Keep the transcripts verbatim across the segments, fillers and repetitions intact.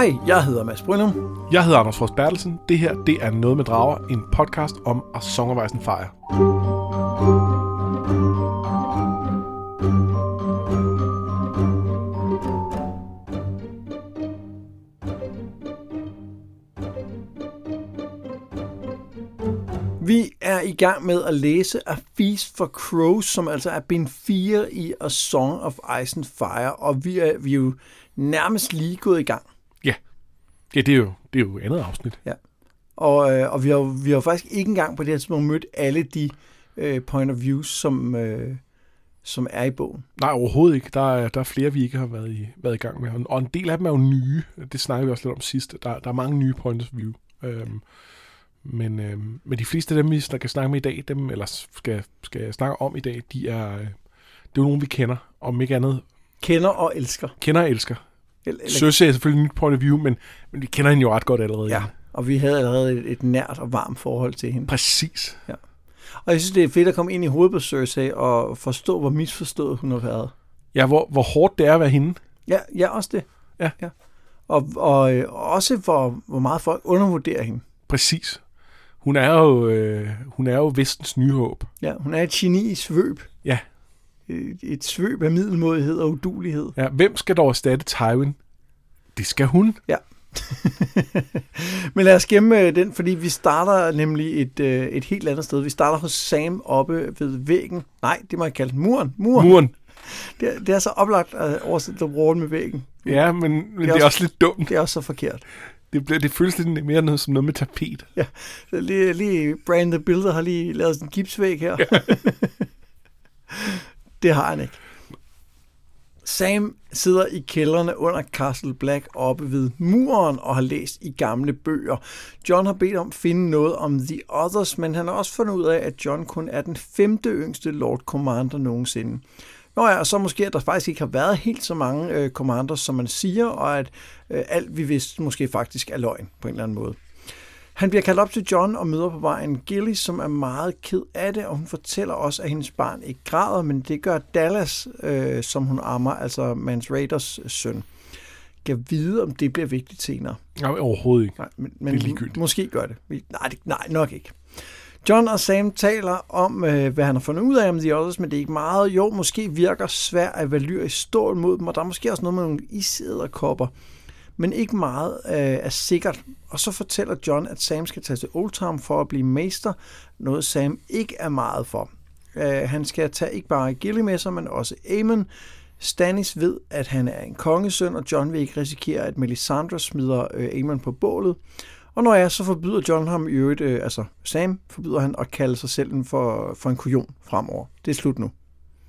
Hej, jeg hedder Mads Brynum. Jeg hedder Anders Frost Bertelsen. Det her, det er Noget med Drager, en podcast om A Song of Ice and Fire. Vi er i gang med at læse A Feast for Crows, som altså er bind fire i A Song of Ice and Fire, og vi er, vi er jo nærmest lige gået i gang. Ja, ja det, er jo, det er jo andet afsnit. Ja. Og, øh, og vi har vi har faktisk ikke engang på det her tidspunkt mødt alle de øh, point of views, som, øh, som er i bogen. Nej, overhovedet ikke. Der er, der er flere, vi ikke har været i, været i gang med. Og en del af dem er jo nye. Det snakkede vi også lidt om sidst. Der, der er mange nye points of view. Øhm, men, øhm, men de fleste af dem, vi skal snakke med i dag, dem, eller skal, skal snakke om i dag, de er, øh, det er jo nogen, vi kender. Om ikke andet. Kender og elsker. Kender og elsker. Eller, eller... Cersei er selvfølgelig et nyt point of view, men, men vi kender hende jo ret godt allerede. Ja, og vi havde allerede et, et nært og varmt forhold til hende. Præcis. Ja. Og jeg synes, det er fedt at komme ind i hovedet på Cersei og forstå, hvor misforstået hun har været. Ja, hvor, hvor hårdt det er at være hende. Ja, ja også det. Ja. ja. Og, og, og også, hvor, hvor meget folk undervurderer hende. Præcis. Hun er jo, øh, hun er jo vestens nye håb. Ja, hun er et geni i svøb. Ja. Et, et svøb af middelmådighed og udulighed. Ja, hvem skal dog erstatte Tywin? Det skal hun. Ja. Men lad os gemme den, fordi vi starter nemlig et, et helt andet sted. Vi starter hos Sam oppe ved væggen. Nej, det må jeg kalde muren. Muren. Muren. Det, er, det er så oplagt at oversætte The Wall med væggen. Ja, men, men det, er det er også, også lidt dumt. Det er også så forkert. Det, bliver, det føles lidt mere noget som noget med tapet. Ja, lige, lige Brand the Builder har lige lavet sådan en gipsvæg her. Ja. Det har han ikke. Sam sidder i kældrene under Castle Black oppe ved muren og har læst i gamle bøger. Jon har bedt om at finde noget om The Others, men han har også fundet ud af, at Jon kun er den femte yngste Lord Commander nogensinde. Nå ja, og så måske, at der faktisk ikke har været helt så mange øh, commanders, som man siger, og at øh, alt vi vidste måske faktisk er løgn på en eller anden måde. Han bliver kaldt op til Jon og møder på vejen Gilly, som er meget ked af det, og hun fortæller også, at hendes barn ikke græder, men det gør Dallas, øh, som hun ammer, altså Mance Raiders søn. Kan vide, om det bliver vigtigt senere. Nej, overhovedet ikke. Nej, men, men det er ligegyldigt. Måske gør det. Nej, det, nej, nok ikke. Jon og Sam taler om, øh, hvad han har fundet ud af om The Others, men det er ikke meget. Jo, måske virker svært at valyre i stål mod dem, og der er måske også noget med nogle isæderkopper. Men ikke meget øh, er sikkert. Og så fortæller Jon, at Sam skal tage til Oldtown for at blive mester, noget Sam ikke er meget for. Øh, han skal tage ikke bare Gilly med sig, men også Aemon. Stannis ved, at han er en kongesøn, og Jon vil ikke risikere, at Melisandre smider øh, Aemon på bålet. Og når jeg så forbyder Jon ham i øvrigt, øh, altså Sam forbyder han at kalde sig selv for, for en kujon fremover. Det er slut nu.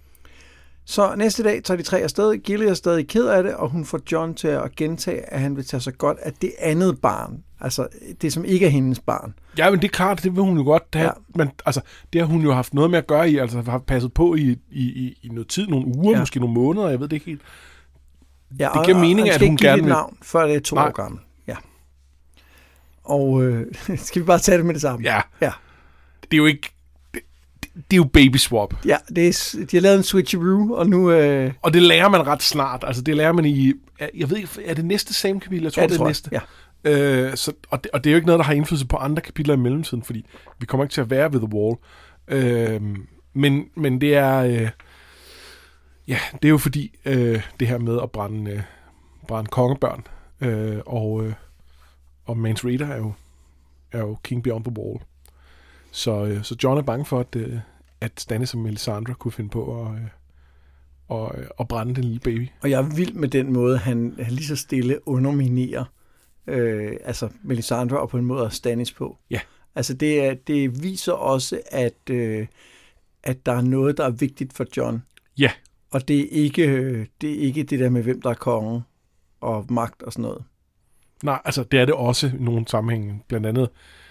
Så næste dag tager de tre afsted. Gilly er stadig ked af det, og hun får Jon til at gentage, at han vil tage sig godt af det andet barn. Altså det, som ikke er hendes barn. Ja, men det er klart, det vil hun jo godt have. Ja. Men altså, det har hun jo haft noget med at gøre i, altså har passet på i, i, i, i noget tid, nogle uger, ja. Måske nogle måneder, jeg ved det ikke helt. Ja, det giver mening, at hun gerne vil... navn, før det er to Nej. år gammel. Ja. Og øh, skal vi bare tage det med det samme? Ja. Ja. Det er jo ikke... Det er jo baby swap. Ja, det er, de har lavet en switcheroo, og nu... Øh... Og det lærer man ret snart. Altså, det lærer man i... Jeg ved ikke, er det næste Sam-kapitel? Jeg tror, ja, det, det er tror næste. Ja. Øh, så, og, det, og det er jo ikke noget, der har indflydelse på andre kapitler i mellemtiden, fordi vi kommer ikke til at være ved The Wall. Øh, men, men det er... Øh, ja, det er jo fordi, øh, det her med at brænde, øh, brænde kongebørn, øh, og, øh, og Mance Raider er jo, er jo King Beyond the Wall. Så, øh, så Jon er bange for, at, øh, at Stannis og Melisandre kunne finde på at, øh, og, øh, at brænde den lille baby. Og jeg er vild med den måde, han, han lige så stille underminerer øh, altså Melisandre og på en måde Stannis på. Ja. Altså det, det viser også, at, øh, at der er noget, der er vigtigt for Jon. Ja. Og det er, ikke, det er ikke det der med, hvem der er kongen og magt og sådan noget. Nej, altså det er det også i nogle sammenhænge. Blandt andet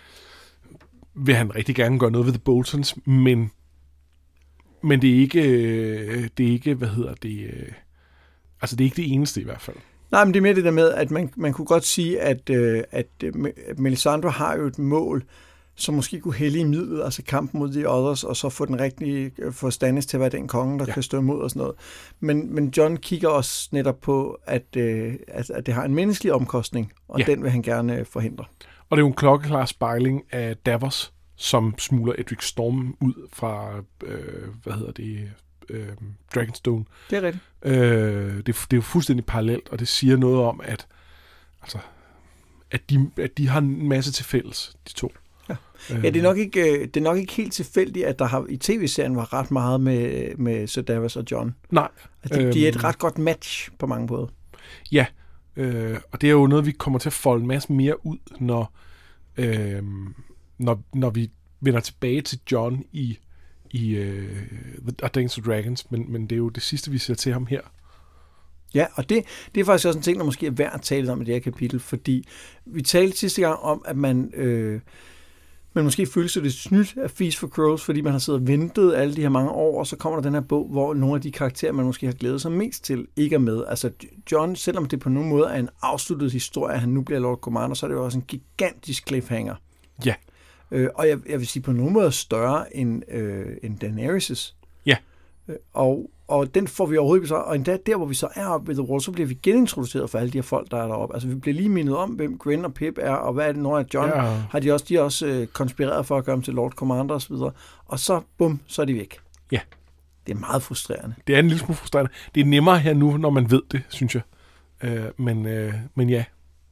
vil han rigtig gerne gøre noget ved The Boltons, men men det er ikke det er ikke, hvad hedder det, altså det er ikke det eneste i hvert fald. Nej, men det er mere det der med, at man, man kunne godt sige, at, at Melisandre har jo et mål, som måske kunne hælde i midlet, altså kampen mod The Others, og så få den rigtige, få Stannis til at være den konge, der ja. kan stå imod og sådan noget. Men, men Jon kigger også netop på, at, øh, at, at det har en menneskelig omkostning, og ja. den vil han gerne forhindre. Og det er jo en klokkeklar spejling af Davos, som smugler Edric Storm ud fra, øh, hvad hedder det, øh, Dragonstone. Det er rigtigt. Øh, det, det er jo fuldstændig parallelt, og det siger noget om, at, altså, at, de, at de har en masse til fælles, de to. Ja, ja det, er nok ikke, det er nok ikke helt tilfældigt, at der har, i tv-serien var ret meget med, med Sir Davos og Jon. Nej. Altså, de, de er et ret godt match på mange måder. Ja, øh, og det er jo noget, vi kommer til at folde en masse mere ud, når, øh, når, når vi vender tilbage til Jon i, i uh, The Dance of Dragons, men, men det er jo det sidste, vi ser til ham her. Ja, og det, det er faktisk også en ting, der måske er værd at tale om i det her kapitel, fordi vi talte sidste gang om, at man, øh, man måske føler sig lidt snydt af Feast for Crows, fordi man har siddet og ventet alle de her mange år, og så kommer der den her bog, hvor nogle af de karakterer, man måske har glædet sig mest til, ikke er med. Altså Jon, selvom det på nogen måde er en afsluttet historie, at han nu bliver Lord Commander, så er det jo også en gigantisk cliffhanger. Ja. Øh, og jeg, jeg vil sige, på nogen måde større end, øh, end Daenerys'. Ja. Øh, og Og den får vi overhovedet ikke så, og endda der, hvor vi så er oppe ved The Wall, så bliver vi genintroduceret for alle de her folk, der er deroppe. Altså, vi bliver lige mindet om, hvem Gwen og Pip er, og hvad er det, når at Jon, ja. har de også, de er også øh, konspireret for at gøre dem til Lord Commander og så videre. Og så, bum, så er de væk. Ja. Det er meget frustrerende. Det er en lille smule frustrerende. Det er nemmere her nu, når man ved det, synes jeg. Øh, men, øh, men ja.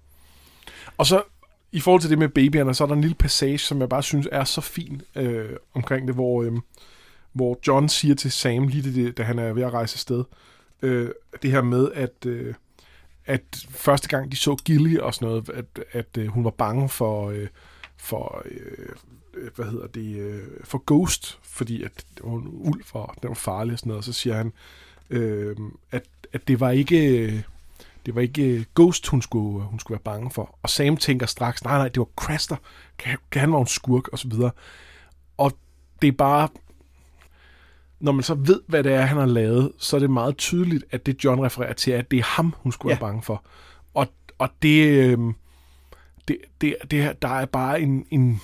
Og så, i forhold til det med babyerne, så er der en lille passage, som jeg bare synes er så fin øh, omkring det, hvor... Øh, hvor Jon siger til Sam, lige det, da han er ved at rejse afsted, øh, det her med, at, øh, at første gang de så Gilly og sådan noget, at, at øh, hun var bange for, øh, for øh, hvad hedder det, øh, for Ghost, fordi at det var en ulv, og den var farlig og sådan noget, og så siger han, øh, at, at det var ikke... Det var ikke Ghost, hun skulle, hun skulle være bange for. Og Sam tænker straks, nej, nej, det var Craster. Kan, kan han være en skurk? Og så videre. Og det er bare... Når man så ved, hvad det er, han har lavet, så er det meget tydeligt, at det Jon refererer til, at det er ham, hun skulle ja. være bange for. Og, og det, øh, det, det, det... Der er bare en... en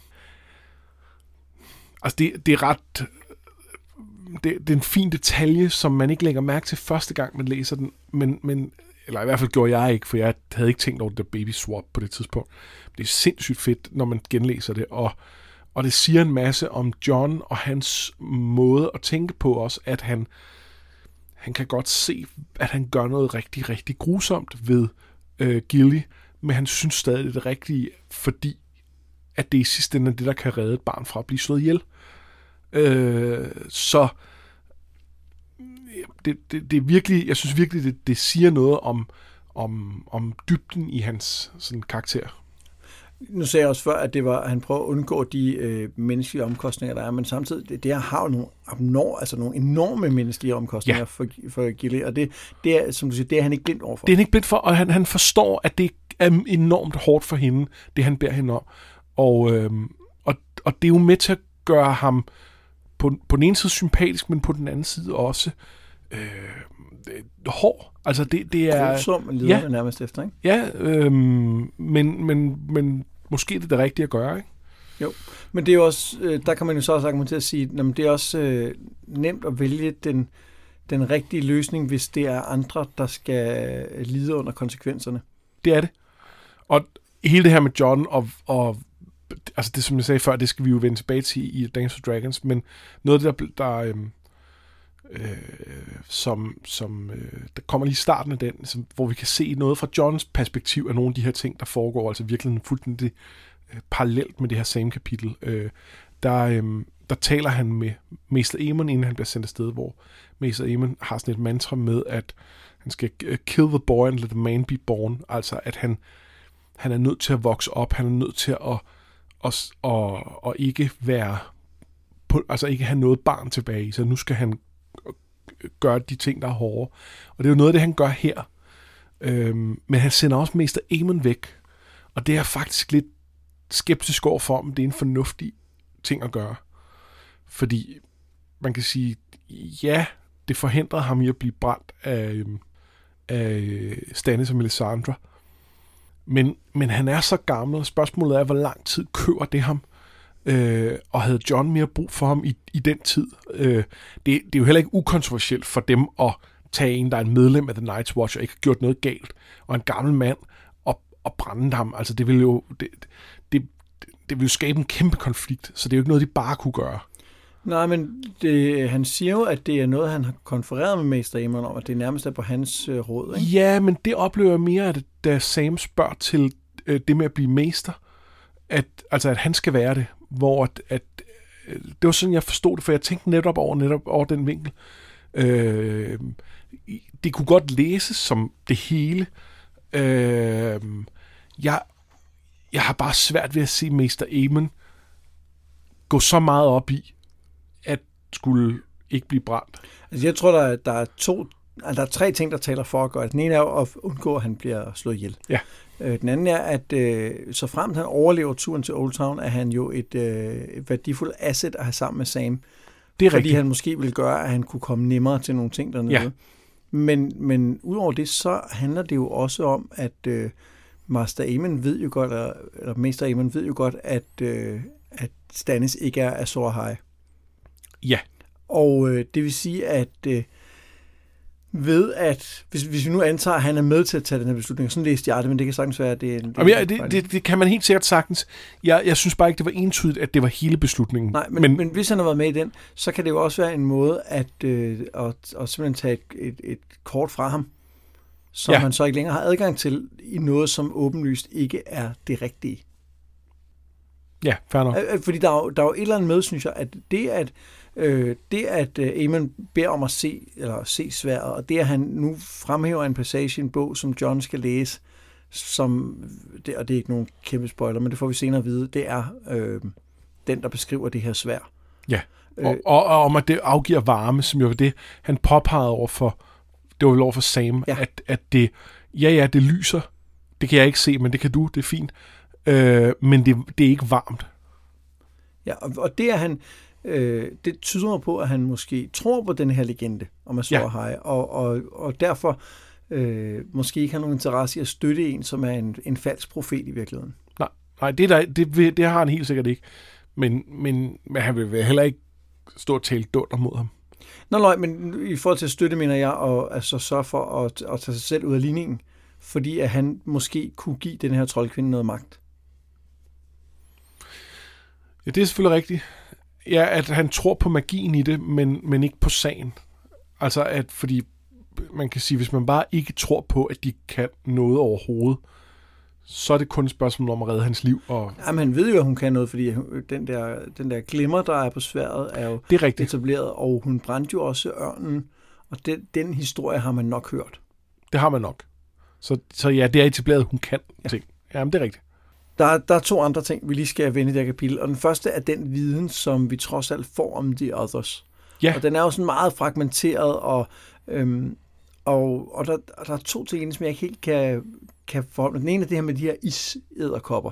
altså, det, det er ret... Det, det er en fin detalje, som man ikke lægger mærke til første gang, man læser den, men... men eller i hvert fald gjorde jeg ikke, for jeg havde ikke tænkt over det der baby swap på det tidspunkt. Det er sindssygt fedt, når man genlæser det, og, og det siger en masse om Jon og hans måde at tænke på også, at han, han kan godt se, at han gør noget rigtig, rigtig grusomt ved øh, Gilly, men han synes stadig, det er det rigtige, fordi at det i sidste ende er det, der kan redde et barn fra at blive slået ihjel. Øh, så Det, det, det er virkelig, jeg synes virkelig, det, det siger noget om, om, om dybden i hans sådan, karakter. Nu sagde jeg også før, at det var, at han prøver at undgå de øh, menneskelige omkostninger, der er, men samtidig, det, det har jo nogle, abnor, altså nogle enorme menneskelige omkostninger ja. for, for Gilly, og det, det er, som du siger, det er han ikke blind overfor. Det er han ikke blind for, og han, han forstår, at det er enormt hårdt for hende, det han beder hende om. Og, øh, og, og det er jo med til at gøre ham på, på den ene side sympatisk, men på den anden side også Øh, hård. Altså det, det er... Grusom og lider ja, nærmest efter, ikke? Ja, øh, men, men, men måske det er det rigtige at gøre, ikke? Jo, men det er jo også, øh, der kan man jo så også argumentere at sige, at det er også øh, nemt at vælge den, den rigtige løsning, hvis det er andre, der skal lide under konsekvenserne. Det er det. Og hele det her med Jon og, og altså det, som jeg sagde før, det skal vi jo vende tilbage til i Dance of Dragons, men noget af det, der... der øh, Øh, som, som øh, der kommer lige i starten af den, som, hvor vi kan se noget fra Jons perspektiv af nogle af de her ting, der foregår, altså virkelig fuldstændig øh, parallelt med det her same kapitel. Øh, der, øh, der taler han med Mester Aemon, inden han bliver sendt afsted, hvor Mester Aemon har sådan et mantra med, at han skal kill the boy and let the man be born, altså at han, han er nødt til at vokse op, han er nødt til at, at, at, at ikke være på, altså ikke have noget barn tilbage, så nu skal han gøre de ting, der er hårde. Og det er jo noget af det, han gør her. Øhm, men han sender også Mester Aemon væk. Og det er faktisk lidt skeptisk over for, om det er en fornuftig ting at gøre. Fordi man kan sige, ja, det forhindrede ham i at blive brændt af, af Stannis og Melisandre. Men, men han er så gammel, og spørgsmålet er, hvor lang tid køber det ham? øh, og havde Jon mere brug for ham i, i den tid. Øh, det, det er jo heller ikke ukontroversielt for dem at tage en, der er en medlem af The Night's Watch, og ikke har gjort noget galt, og en gammel mand, og, og brænde ham. Altså, det vil jo... Det, det, det vil jo skabe en kæmpe konflikt, så det er jo ikke noget, de bare kunne gøre. Nej, men det, han siger jo, at det er noget, han har konfereret med Mester Aemon om, at det nærmest er på hans øh, råd, ikke? Ja, men det oplever jeg mere, at da Sam spørger til øh, det med at blive mester, at, altså, at han skal være det, hvor at, at øh, det var sådan, jeg forstod det, for jeg tænkte netop over, netop over den vinkel. Øh, det kunne godt læses som det hele. Øh, jeg, jeg har bare svært ved at se Mester Aemon gå så meget op i, at skulle ikke blive brændt. Altså, jeg tror, der er, der er to, altså, der er tre ting, der taler for at gøre det. Den ene er jo at undgå, at han bliver slået ihjel. Ja. Øh, den anden er, at øh, så fremt han overlever turen til Old Town, er han jo et, øh, et værdifuldt asset at have sammen med Sam. Det er fordi rigtigt. han måske ville gøre, at han kunne komme nemmere til nogle ting dernede. Ja. Men, men udover det, så handler det jo også om, at øh, Master Aemon ved jo godt, eller, eller Mester Aemon ved jo godt, at, øh, at Stannis ikke er Azor Ahai. Ja. Og øh, det vil sige, at øh, ved at, hvis, hvis vi nu antager, at han er med til at tage den her beslutning, sådan læste jeg det, men det kan sagtens være, at det er... Det, Jamen, ja, det, det, det kan man helt sikkert sagtens. Jeg, jeg synes bare ikke, det var entydigt, at det var hele beslutningen. Nej, men, men, men hvis han har været med i den, så kan det jo også være en måde at, øh, at, at simpelthen tage et, et, et kort fra ham, som ja. han så ikke længere har adgang til i noget, som åbenlyst ikke er det rigtige. Ja, fair nok. Fordi der er, jo, der er jo et eller andet med, synes jeg, at det at øh, det at øh, Aemon beder om at se eller se sværet, og det at han nu fremhæver en passage i en bog, som Jon skal læse, som det, og det er ikke nogen kæmpe spoiler, men det får vi senere at vide, det er øh, den, der beskriver det her sværd. Ja. Og, og, og om at det afgiver varme, som jo var det, han påpegede over for, det var vel over for Sam, ja. at, at det, ja ja, det lyser, det kan jeg ikke se, men det kan du, det er fint. Øh, men det, det er ikke varmt. Ja, og, og det er han, øh, det tyder på, at han måske tror på den her legende om Azor Ahai, ja. og, og, og derfor øh, måske ikke har nogen interesse i at støtte en, som er en, en falsk profet i virkeligheden. Nej, nej det, der, det, det har han helt sikkert ikke. Men, men, men han vil heller ikke stå og tale dunder mod ham. Nå, nej, men i forhold til at støtte, mener jeg, og altså sørge for at, at tage sig selv ud af ligningen, fordi at han måske kunne give den her troldkvinde noget magt. Ja, det er selvfølgelig rigtigt. Ja, at han tror på magien i det, men, men ikke på sagen. Altså, at fordi man kan sige, hvis man bare ikke tror på, at de kan noget overhovedet, så er det kun et spørgsmål om at redde hans liv. Og... Jamen, han ved jo, at hun kan noget, fordi den der, den der glimmer, der er på sværdet, er jo det er rigtigt. Etableret, og hun brændte jo også ørnen, og den, den historie har man nok hørt. Det har man nok. Så, så ja, det er etableret, hun kan ja. ting. Jamen, det er rigtigt. Der er, der er to andre ting, vi lige skal vende i det her kapitel, og den første er den viden, som vi trods alt får om The Others. Ja. Og den er jo sådan meget fragmenteret, og, øhm, og, og der, der er to ting, som jeg ikke helt kan, kan forholde mig. Den ene er det her med de her isedderkopper.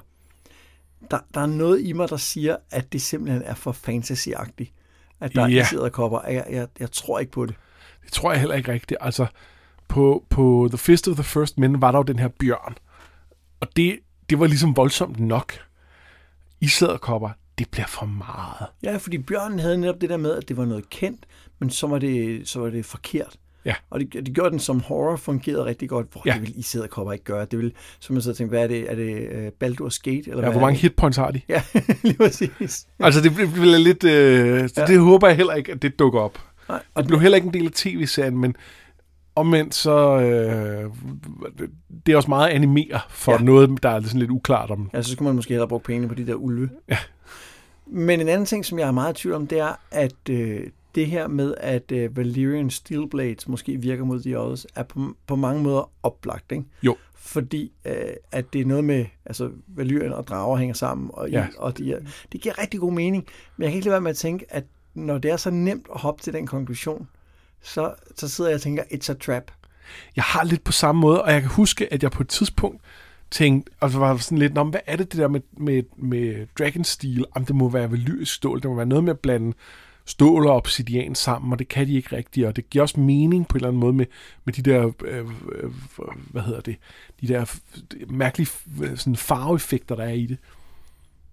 Der, der er noget i mig, der siger, at det simpelthen er for fantasy-agtigt, at der ja. er isedderkopper. Jeg, jeg, jeg tror ikke på det. Det tror jeg heller ikke rigtigt. Altså, på, på The Fist of the First Men var der jo den her bjørn, og det det var ligesom voldsomt nok. Isedderkopper, det bliver for meget. Ja, fordi bjørnen havde netop det der med, at det var noget kendt, men så var det, så var det forkert. Ja. Og det, det gjorde den som horror, fungerede rigtig godt. Hvor ja. Det ville isedderkopper ikke gøre. Det ville, som man så tænkte, hvad er det? Er det uh, Baldur's Gate? Eller ja, hvad hvor mange hitpoints har de? Ja, lige præcis. Altså, det bliver lidt... Øh, ja. Det håber jeg heller ikke, at det dukker op. Nej. Og det blev heller ikke en del af tv-serien, men omvendt så... Øh, det er også meget animere for ja. noget, der er sådan lidt uklart om. Ja, så skulle man måske hellere bruge penge på de der ulve. Ja. Men en anden ting, som jeg er meget i tvivl om, det er, at øh, det her med, at øh, Valyrian Steelblades måske virker mod The Others, er på, på mange måder oplagt, ikke? Jo. Fordi øh, at det er noget med, altså Valyrian og drager hænger sammen, og, ja. og de er, det giver rigtig god mening. Men jeg kan ikke lade være med at tænke, at når det er så nemt at hoppe til den konklusion, så, så sidder jeg og tænker, it's a trap. Jeg har lidt på samme måde, og jeg kan huske, at jeg på et tidspunkt tænkte, og så var sådan lidt, hvad er det det der med, med, med Dragonsteel? Om det må være valyrisk stål, det må være noget med at blande stål og obsidian sammen, og det kan de ikke rigtigt, og det giver også mening på en eller anden måde med, med de der, øh, øh, hvad hedder det, de der mærkelige sådan farveeffekter, der er i det.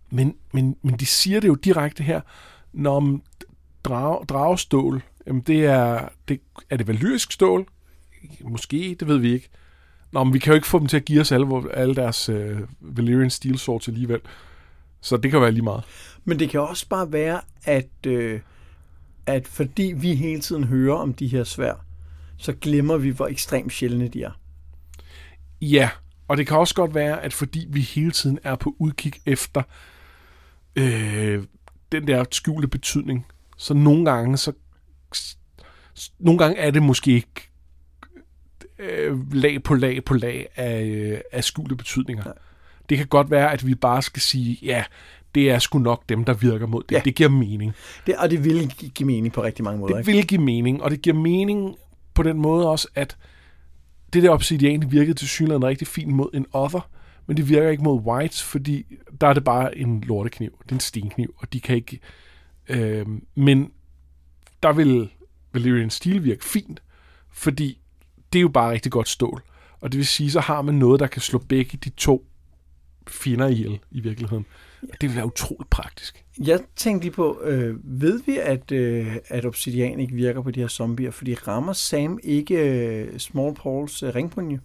men, men, men de siger det jo direkte her, når drage, dragestål, jamen det er, det, er det valyrisk stål? Måske, det ved vi ikke. Nå, men vi kan jo ikke få dem til at give os alle, alle deres øh, Valyrian steel swords alligevel. Så det kan være lige meget. Men det kan også bare være, at, øh, at fordi vi hele tiden hører om de her sværd, så glemmer vi, hvor ekstremt sjældne de er. Ja, og det kan også godt være, at fordi vi hele tiden er på udkig efter øh, den der skjulte betydning, så nogle gange, så nogle gange er det måske ikke øh, lag på lag på lag af, øh, af skjulte betydninger. Ja. Det kan godt være, at vi bare skal sige, ja, det er sgu nok dem, der virker mod det. Ja. Det giver mening. Det, og det vil give mening på rigtig mange måder. Det ikke? vil give mening, og det giver mening på den måde også, at det der obsidian virkede til synligheden rigtig fint mod en other, men det virker ikke mod whites, fordi der er det bare en lortekniv. Det er en stenkniv, og de kan ikke... Øh, men der vil Valyrian steel virke fint, fordi det er jo bare rigtig godt stål. Og det vil sige, så har man noget, der kan slå begge de to fjender ihjel i virkeligheden. Ja. Det vil være utroligt praktisk. Jeg tænkte lige på, øh, ved vi, at, øh, at obsidian ikke virker på de her zombier, fordi rammer Sam ikke øh, Small Pauls øh, ringbrynje?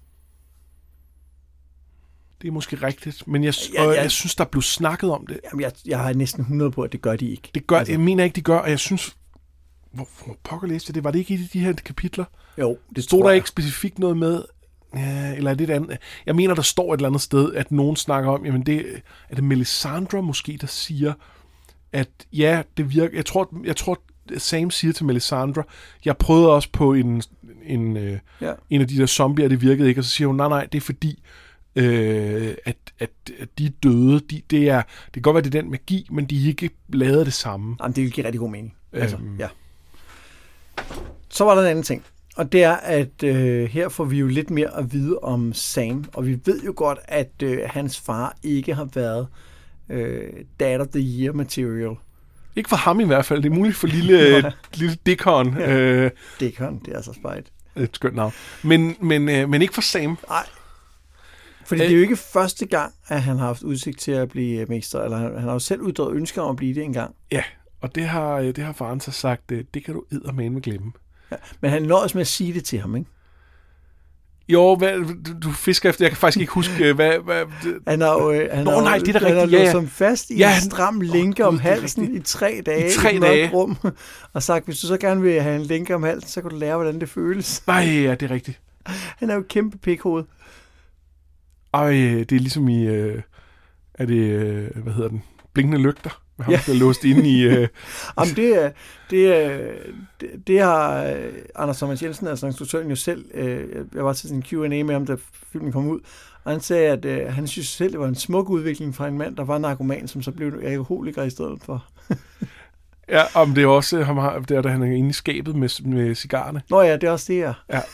Det er måske rigtigt, men jeg, ja, ja, jeg, jeg synes, der blev snakket om det. Jamen, jeg, jeg har næsten hundrede på, at det gør de ikke. Det gør, altså. Jeg mener ikke, de gør, og jeg synes... Hvor, hvor pokker læste jeg det? Var det ikke i de her kapitler? Jo, det stod der jeg. ikke specifikt noget med... Ja, eller er det et andet? Jeg mener, der står et eller andet sted, at nogen snakker om, jamen det, er det Melisandre måske, der siger, at ja, det virker... Jeg tror, jeg tror Sam siger til Melisandre, jeg prøvede også på en, en, ja. en af de der zombier, det virkede ikke, og så siger hun, nej, nej, det er fordi... Øh, at, at, at de er døde. De, det, er, det kan godt være, det er den magi, men de ikke lavet det samme. Jamen, det vil give rigtig god mening. Altså, øhm. ja. Så var der en anden ting, og det er, at øh, her får vi jo lidt mere at vide om Sam, og vi ved jo godt, at øh, hans far ikke har været øh, Dad of the Year material. Ikke for ham i hvert fald. Det er muligt for lille, lille Dickon. Ja. Øh, Dickon, det er så spejt. Et skønt navn. Men, men, øh, men ikke for Sam. Nej. Fordi det er jo ikke første gang, at han har haft udsigt til at blive mester, eller han, han har jo selv uddrevet ønsker om at blive det engang. Ja, og det har, det har faren så sagt, det kan du eddermame glemme. Ja, men han nøjes med at sige det til ham, ikke? Jo, hvad, du, du fisker efter, jeg kan faktisk ikke huske, hvad... hvad han har jo... Han Nå, har, nej, det er da rigtigt, han ja, ja. som fast i ja, en stram lænke oh, om halsen i tre dage i, tre i dage. rum, og sagt, hvis du så gerne vil have en lænke om halsen, så kan du lære, hvordan det føles. Nej, ja, det er rigtigt. Han er jo kæmpe pikhoved. Ej, det er ligesom i, øh, er det, øh, hvad hedder den, blinkende lygter, med ham, ja. Der er låst inde i... Øh... Jamen, det, er, det, er, det, det har øh, Anders Thomas Jensen, altså instruktøren jo selv, øh, jeg var til sådan en Q and A med ham, da filmen kom ud, og han sagde, at øh, han synes selv, det var en smuk udvikling fra en mand, der var narkoman, som så blev alkoholiker i stedet for. Ja, om det er også ham, der, der han er inde i skabet med, med cigarerne. Nå ja, det er også det her. Ja.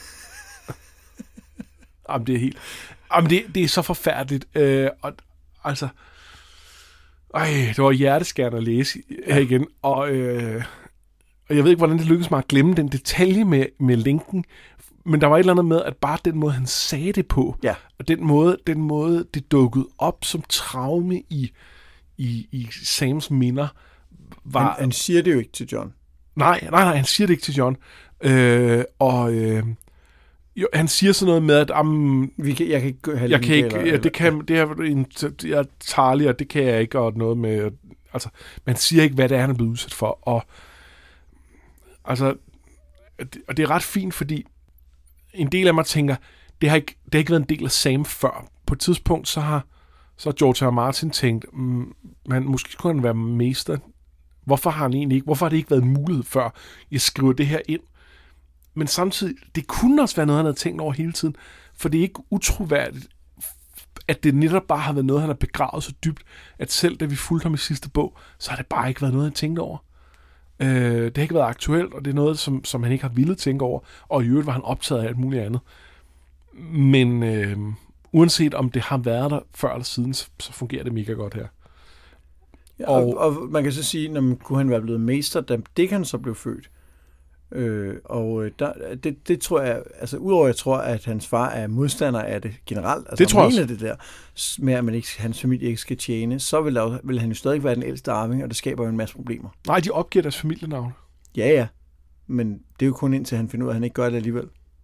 Jamen, det er helt... Jamen, det, det er så forfærdeligt. Øh, og, altså... Ej, det var hjerteskærende at læse her igen. Og, øh, og jeg ved ikke, hvordan det lykkedes mig at glemme den detalje med, med linken. Men der var et eller andet med, at bare den måde, han sagde det på, ja. Og den måde, den måde, det dukkede op som traume i, i, i Sams minder, var... Han, han siger det jo ikke til John. Nej, nej, nej, han siger det ikke til John. Øh, og... Øh, Jo, han siger sådan noget med, at um, Vi kan, jeg kan ikke have jeg kan ikke, eller, ja, det kan, det er en, jeg er tarlig, og det kan jeg ikke, og noget med, altså, man siger ikke, hvad det er, han er blevet udsat for, og altså, og det er ret fint, fordi en del af mig tænker, det har ikke, det har ikke været en del af Sam før. På et tidspunkt, så har, så har George R. Martin tænkt, mm, man, måske skulle han være mester. Hvorfor har han egentlig ikke, hvorfor har det ikke været en mulighed før, jeg skriver det her ind? Men samtidig, det kunne også være noget, han havde tænkt over hele tiden, for det er ikke utroværdigt, at det netop bare har været noget, han har begravet så dybt, at selv da vi fulgte ham i sidste bog, så har det bare ikke været noget, han tænkte over. Øh, det har ikke været aktuelt, og det er noget, som, som han ikke har villet tænke over, og i øvrigt var han optaget af alt muligt andet. Men øh, uanset om det har været der før eller siden, så, så fungerer det mega godt her. Ja, og, og, og man kan så sige, når man kunne han være blevet mester, da Dickon så blev født. Øh, og der, det, det tror jeg, altså udover jeg tror, at hans far er modstander af det generelt, altså det tror jeg det der, med at man ikke, hans familie ikke skal tjene, så vil, der, vil han jo stadig være den ældste arving, og det skaber jo en masse problemer. Nej, de opgiver deres familienavn. Ja, ja, men det er jo kun indtil han finder ud af, at han ikke gør det alligevel.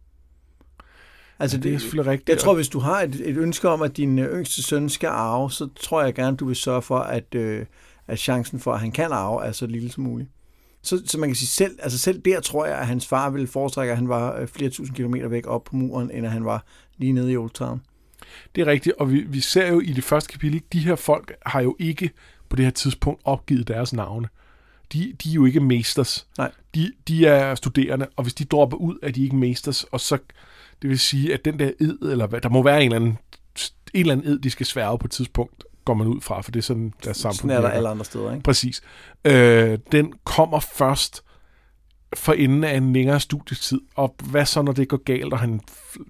Altså, ja, det er selvfølgelig rigtigt. Jeg tror, hvis du har et, et ønske om, at din yngste søn skal arve, så tror jeg gerne, du vil sørge for, at, øh, at chancen for, at han kan arve, er så lille som muligt. Så, så man kan sige, selv, altså selv der tror jeg, at hans far ville foretrække, at han var flere tusind kilometer væk op på muren, end at han var lige nede i Old Town. Det er rigtigt, og vi, vi ser jo i det første kapitel, de her folk har jo ikke på det her tidspunkt opgivet deres navne. De, de er jo ikke masters. Nej. De, de er studerende, og hvis de dropper ud, er de ikke masters, og så, det vil sige, at den der ed, eller hvad, der må være en eller anden, en eller anden ed, de skal sværge på et tidspunkt, går man ud fra, for det er sådan, der samfund. Sådan er der alle andre steder, ikke? Præcis. Øh, den kommer først for enden af en længere studietid, og hvad så, når det går galt, og han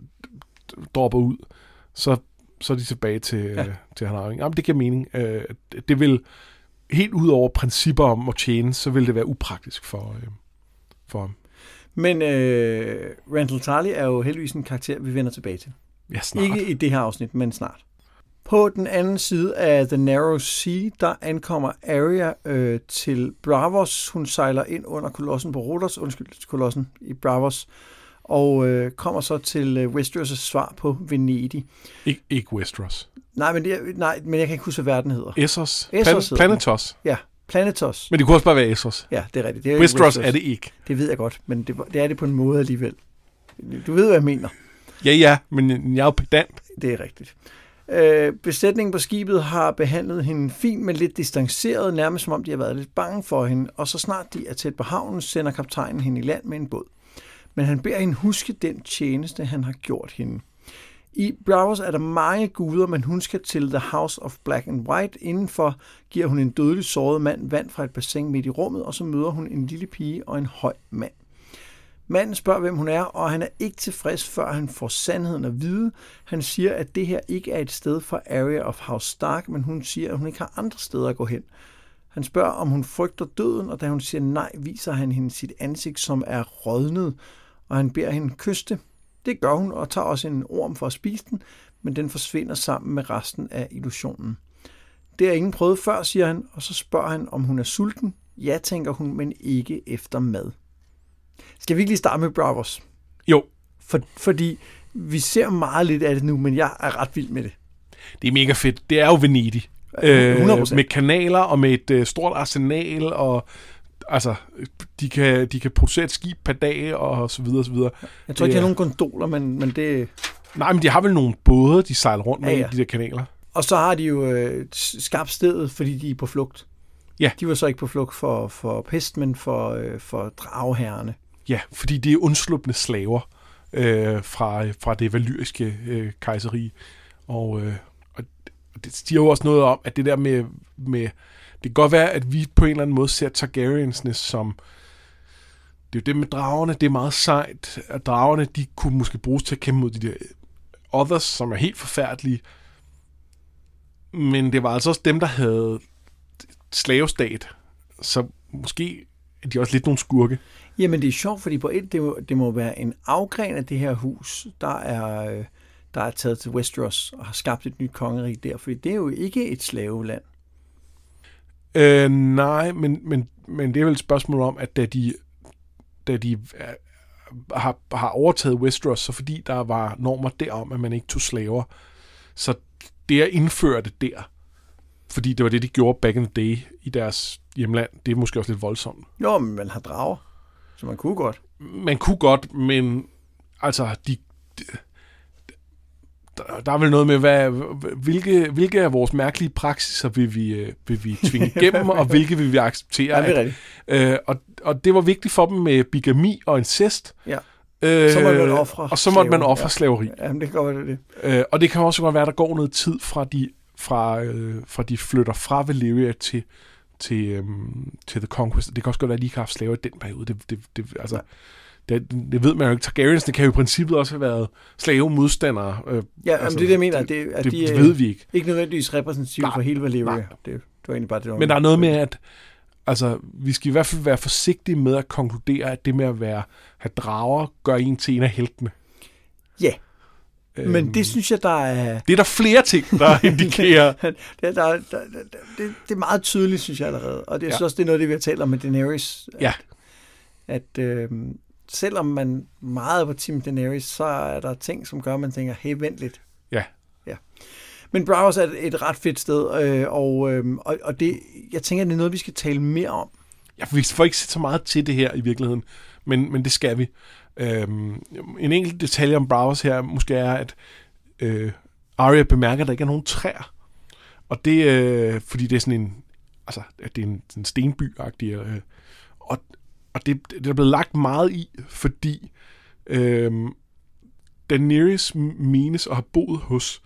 f- dropper ud, så, så er de tilbage til, ja. øh, til han har. Jamen, det giver mening. Øh, det vil, helt ud over principper om at tjene, så vil det være upraktisk for, øh, for ham. Men øh, Randall Tarly er jo heldigvis en karakter, vi vender tilbage til. Ja, snart. Ikke i det her afsnit, men snart. På den anden side af The Narrow Sea, der ankommer Arya øh, til Braavos. Hun sejler ind under kolossen på Rhodos, undskyld, kolossen i Braavos, og øh, kommer så til øh, Westeros' svar på Venedig. Ik- ikke Westeros. Nej, men, det, nej, men jeg kan ikke huske, hvad verden hedder. Essos. Essos Plan- Planetos. Ja, Planetos. Men det kunne også bare være Essos. Ja, det er rigtigt. Det er Westeros, Westeros er det ikke. Det ved jeg godt, men det, det er det på en måde alligevel. Du ved, hvad jeg mener. Ja, ja, men jeg er jo pedant. Det er rigtigt. Øh, besætningen på skibet har behandlet hende fint, men lidt distanceret, nærmest som om de har været lidt bange for hende, og så snart de er tæt på havnen, sender kaptajnen hende i land med en båd. Men han beder hende huske den tjeneste, han har gjort hende. I Braavos er der mange guder, men hun skal til The House of Black and White. Indenfor giver hun en dødelig såret mand vand fra et bassin midt i rummet, og så møder hun en lille pige og en høj mand. Manden spørger, hvem hun er, og han er ikke tilfreds, før han får sandheden at vide. Han siger, at det her ikke er et sted for Arya of House Stark, men hun siger, at hun ikke har andre steder at gå hen. Han spørger, om hun frygter døden, og da hun siger nej, viser han hende sit ansigt, som er rådnet, og han beder hende kyste. Det gør hun, og tager også en orm for at spise den, men den forsvinder sammen med resten af illusionen. Det har ingen prøvet før, siger han, og så spørger han, om hun er sulten. Ja, tænker hun, men ikke efter mad. Skal vi ikke lige starte med Braavos? Jo. For, fordi vi ser meget lidt af det nu, men jeg er ret vild med det. Det er mega fedt. Det er jo Venedig. hundrede procent. Øh, med kanaler og med et øh, stort arsenal, og altså, de kan, de kan producere et skib per dag, og så videre, og så videre. Jeg tror ikke, de har nogle gondoler, men, men det... Nej, men de har vel nogle både, de sejler rundt med, ja, ja. De der kanaler. Og så har de jo øh, skabt stedet, fordi de er på flugt. Ja. De var så ikke på flugt for, for pest, men for, øh, for drageherrerne. Ja, fordi det er undslupne slaver øh, fra, fra det valyriske øh, kejserige. Og, øh, og det siger jo også noget om, at det der med, med... Det kan godt være, at vi på en eller anden måde ser Targaryensne som... Det er jo det med dragerne, det er meget sejt. At dragerne, de kunne måske bruges til at kæmpe mod de der others, som er helt forfærdelige. Men det var altså også dem, der havde slavestat. Så måske er de også lidt nogle skurke. Jamen, det er sjovt, fordi på et, det må, det må være en afgren af det her hus, der er, der er taget til Westeros og har skabt et nyt kongerige der, fordi det er jo ikke et slaveland. Øh, nej, men, men, men det er vel et spørgsmål om, at da de, da de har, har overtaget Westeros, så fordi der var normer derom, at man ikke tog slaver, så det at indføre det der, fordi det var det, de gjorde back in the day i deres hjemland, det er måske også lidt voldsomt. Jo, men man har drager, så man kunne godt. Man kunne godt, men altså, de, de, der, der er vel noget med, hvad, hvilke, hvilke af vores mærkelige praksiser vil vi, vil vi tvinge igennem, og hvilke vil vi acceptere. Ja, det er rigtigt. Øh, og, og det var vigtigt for dem med bigami og incest. Ja. Øh, så måtte man ofre og så måtte man ofre ja. slaveri. Ja, det kan godt være det. Øh, og det kan også godt være, at der går noget tid fra de, fra, øh, fra de flytter fra Valyria til, til, øhm, til The Conquest. Det kan også godt være, at de ikke har haft slaver i den periode. Det, det, det, altså, det, det ved man jo ikke. Targaryens, det kan jo i princippet også have været slave-modstandere. Øh, ja, altså, det er det, jeg mener. Det, det, at det, de, det ved vi ikke. Ikke nødvendigvis repræsentativt for hele Valyria. Det, det var egentlig bare det, men der er noget med, at Altså, vi skal i hvert fald være forsigtige med at konkludere, at det med at være have drager, gør en til en af heltene. Ja, øhm, men det synes jeg, der er... Det er der flere ting, der indikerer. det, der, der, der, det, det er meget tydeligt, synes jeg allerede. Og det er ja. også det er noget, det vi har talt om med Daenerys. At, ja. At øh, selvom man meget er på Team Daenerys, så er der ting, som gør, at man tænker, hey, vent lidt. Ja. ja. Men Braavos er et, et ret fedt sted, øh, og, øh, og, og det, jeg tænker, det er noget, vi skal tale mere om. Ja, for vi får ikke set så meget til det her i virkeligheden, men, men det skal vi. Øhm, en enkelt detalje om Braavos her måske er, at øh, Arya bemærker, at der ikke er nogen træer. Og det øh, fordi det er sådan en, altså, at det er en, en stenby-agtig, øh, og, og det, det er blevet lagt meget i, fordi øh, Daenerys menes at have boet hos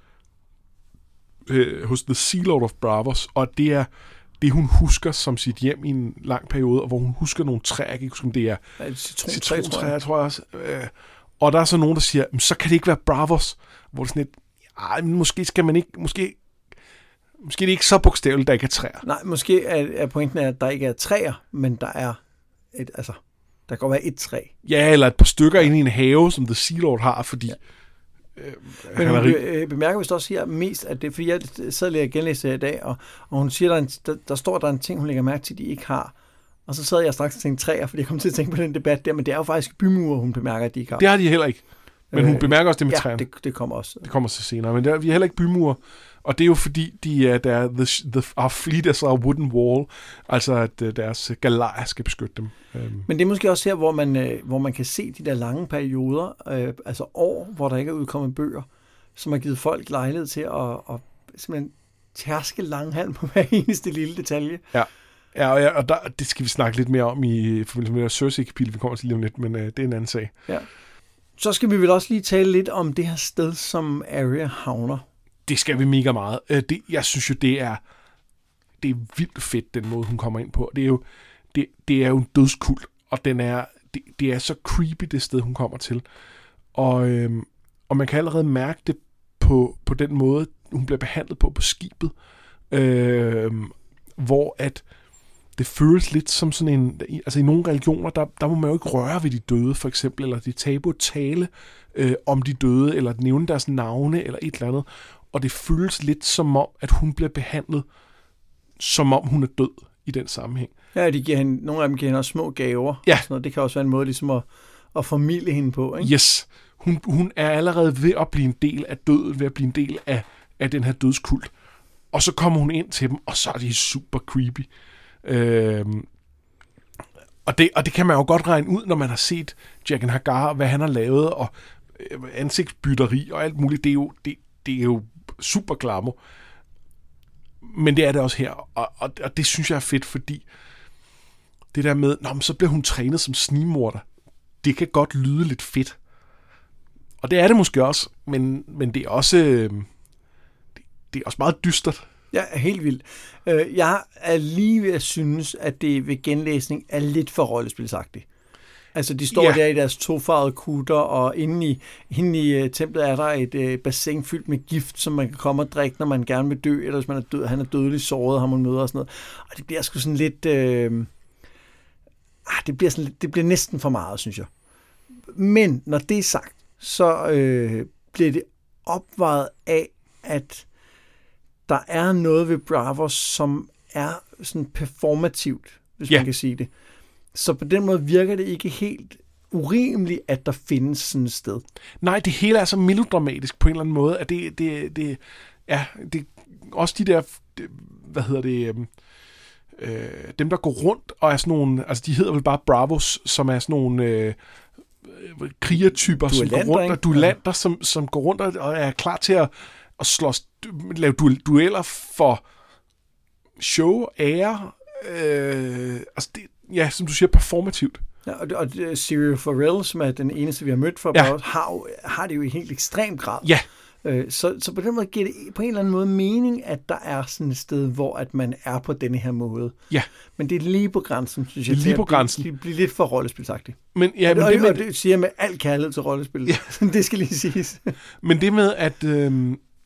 øh, hos The Sea Lord of Braavos, og det er det, hun husker som sit hjem i en lang periode, og hvor hun husker nogle træer, jeg kan ikke huske, om det er citrontræer, citron tror jeg, tror jeg også. Øh, og der er så nogen, der siger, så kan det ikke være Braavos, hvor det er sådan et, ej, men måske skal man ikke, måske, måske er det ikke så bogstaveligt, der ikke er træer. Nej, måske er, er pointen er, at der ikke er træer, men der er et, altså, der kan godt være et træ. Ja, eller et par stykker inde i en have, som The Sea Lord har, fordi... Ja. Øh, men hun be, bemærker vist også her mest, at det, fordi jeg sad lige og genlæste her i dag, og, og hun siger, der, en, der, der står der en ting, hun lægger mærke til, de ikke har. Og så sad jeg straks og tænkte træer, fordi jeg kom til at tænke på den debat der, men det er jo faktisk bymure, hun bemærker, at de ikke har. Det har de heller ikke. Men hun bemærker også det med ja, træerne. det, det kommer også. Det kommer så senere, men der, vi har heller ikke bymure. Og det er jo fordi, de er der, the, the, our fleet is our wooden wall, altså at deres galejer skal beskytte dem. Men det er måske også her, hvor man, hvor man kan se de der lange perioder, øh, altså år, hvor der ikke er udkommet bøger, som har givet folk lejlighed til at, at simpelthen tærske langhalm på hver eneste lille detalje. Ja, ja og, ja, og der, det skal vi snakke lidt mere om i forbindelse med Cersei-kapitel, vi kommer til lige om lidt, men øh, det er en anden sag. Ja. Så skal vi vel også lige tale lidt om det her sted, som Arya havner. Det skal vi mega meget. Det, jeg synes jo, det er, det er vildt fedt, den måde, hun kommer ind på. Det er jo, det, det er jo en dødskult, og den er, det, det er så creepy, det sted, hun kommer til. Og, øhm, og man kan allerede mærke det på, på den måde, hun bliver behandlet på på skibet, øhm, hvor at det føles lidt som sådan en... Altså i nogle religioner, der, der må man jo ikke røre ved de døde, for eksempel, eller de tabu at tale øh, om de døde, eller at nævne deres navne, eller et eller andet. Og det føles lidt som om, at hun bliver behandlet, som om hun er død i den sammenhæng. Ja, de giver hende, nogle af dem giver hende også små gaver. Ja. Sådan noget. Det kan også være en måde ligesom at, at formidle hende på, ikke? Yes. Hun, hun er allerede ved at blive en del af døden, ved at blive en del af, af den her dødskult. Og så kommer hun ind til dem, og så er de super creepy. Øhm, og, det, og det kan man jo godt regne ud, når man har set Jaqen H'ghar, hvad han har lavet, og øh, ansigtsbytteri og alt muligt. Det er jo, det, det er jo super glamour. Men det er det også her, og, og, og det synes jeg er fedt, fordi det der med, nå, men så bliver hun trænet som snigmorder, det kan godt lyde lidt fedt. Og det er det måske også, men, men det er også øh, det, det er også meget dystert. Ja, helt vildt. Jeg er lige ved at synes, at det ved genlæsning er lidt for rollespilsagtigt. Altså, de står ja. der i deres tofarvede kutter, og inde i, inde i uh, templet er der et uh, bassin fyldt med gift, som man kan komme og drikke, når man gerne vil dø, eller hvis man er død, han er dødeligt såret, har man møder og sådan noget. Og det bliver sgu sådan lidt... Øh, ah, det, bliver sådan lidt det bliver næsten for meget, synes jeg. Men når det er sagt, så øh, bliver det opvejet af, at der er noget ved Braavos, som er sådan performativt, hvis yeah. man kan sige det. Så på den måde virker det ikke helt urimeligt, at der findes sådan et sted. Nej, det hele er så melodramatisk på en eller anden måde, at det, det, det ja, det også de der, det, hvad hedder det, øh, dem der går rundt og er sådan nogle, altså de hedder vel bare Braavos, som er sådan nogle øh, krigertyper, som går rundt, og duellanter, som, som går rundt og er klar til at, at slås, lave dueller for show, ære, øh, altså det, ja, som du siger, performativt. Ja, og, og Syrio Forel, som er den eneste, vi har mødt for, ja. har, har det jo i helt ekstrem grad. Ja. Øh, så, så på den måde giver det på en eller anden måde mening, at der er sådan et sted, hvor at man er på denne her måde. Ja. Men det er lige på grænsen, synes jeg. Lige på grænsen. Det bliver lidt for rollespilsagtigt. Men, ja, men og, det, og, med, og det siger jeg med al kærlighed til rollespil. Ja. Det skal lige siges. Men det med, at... Øh,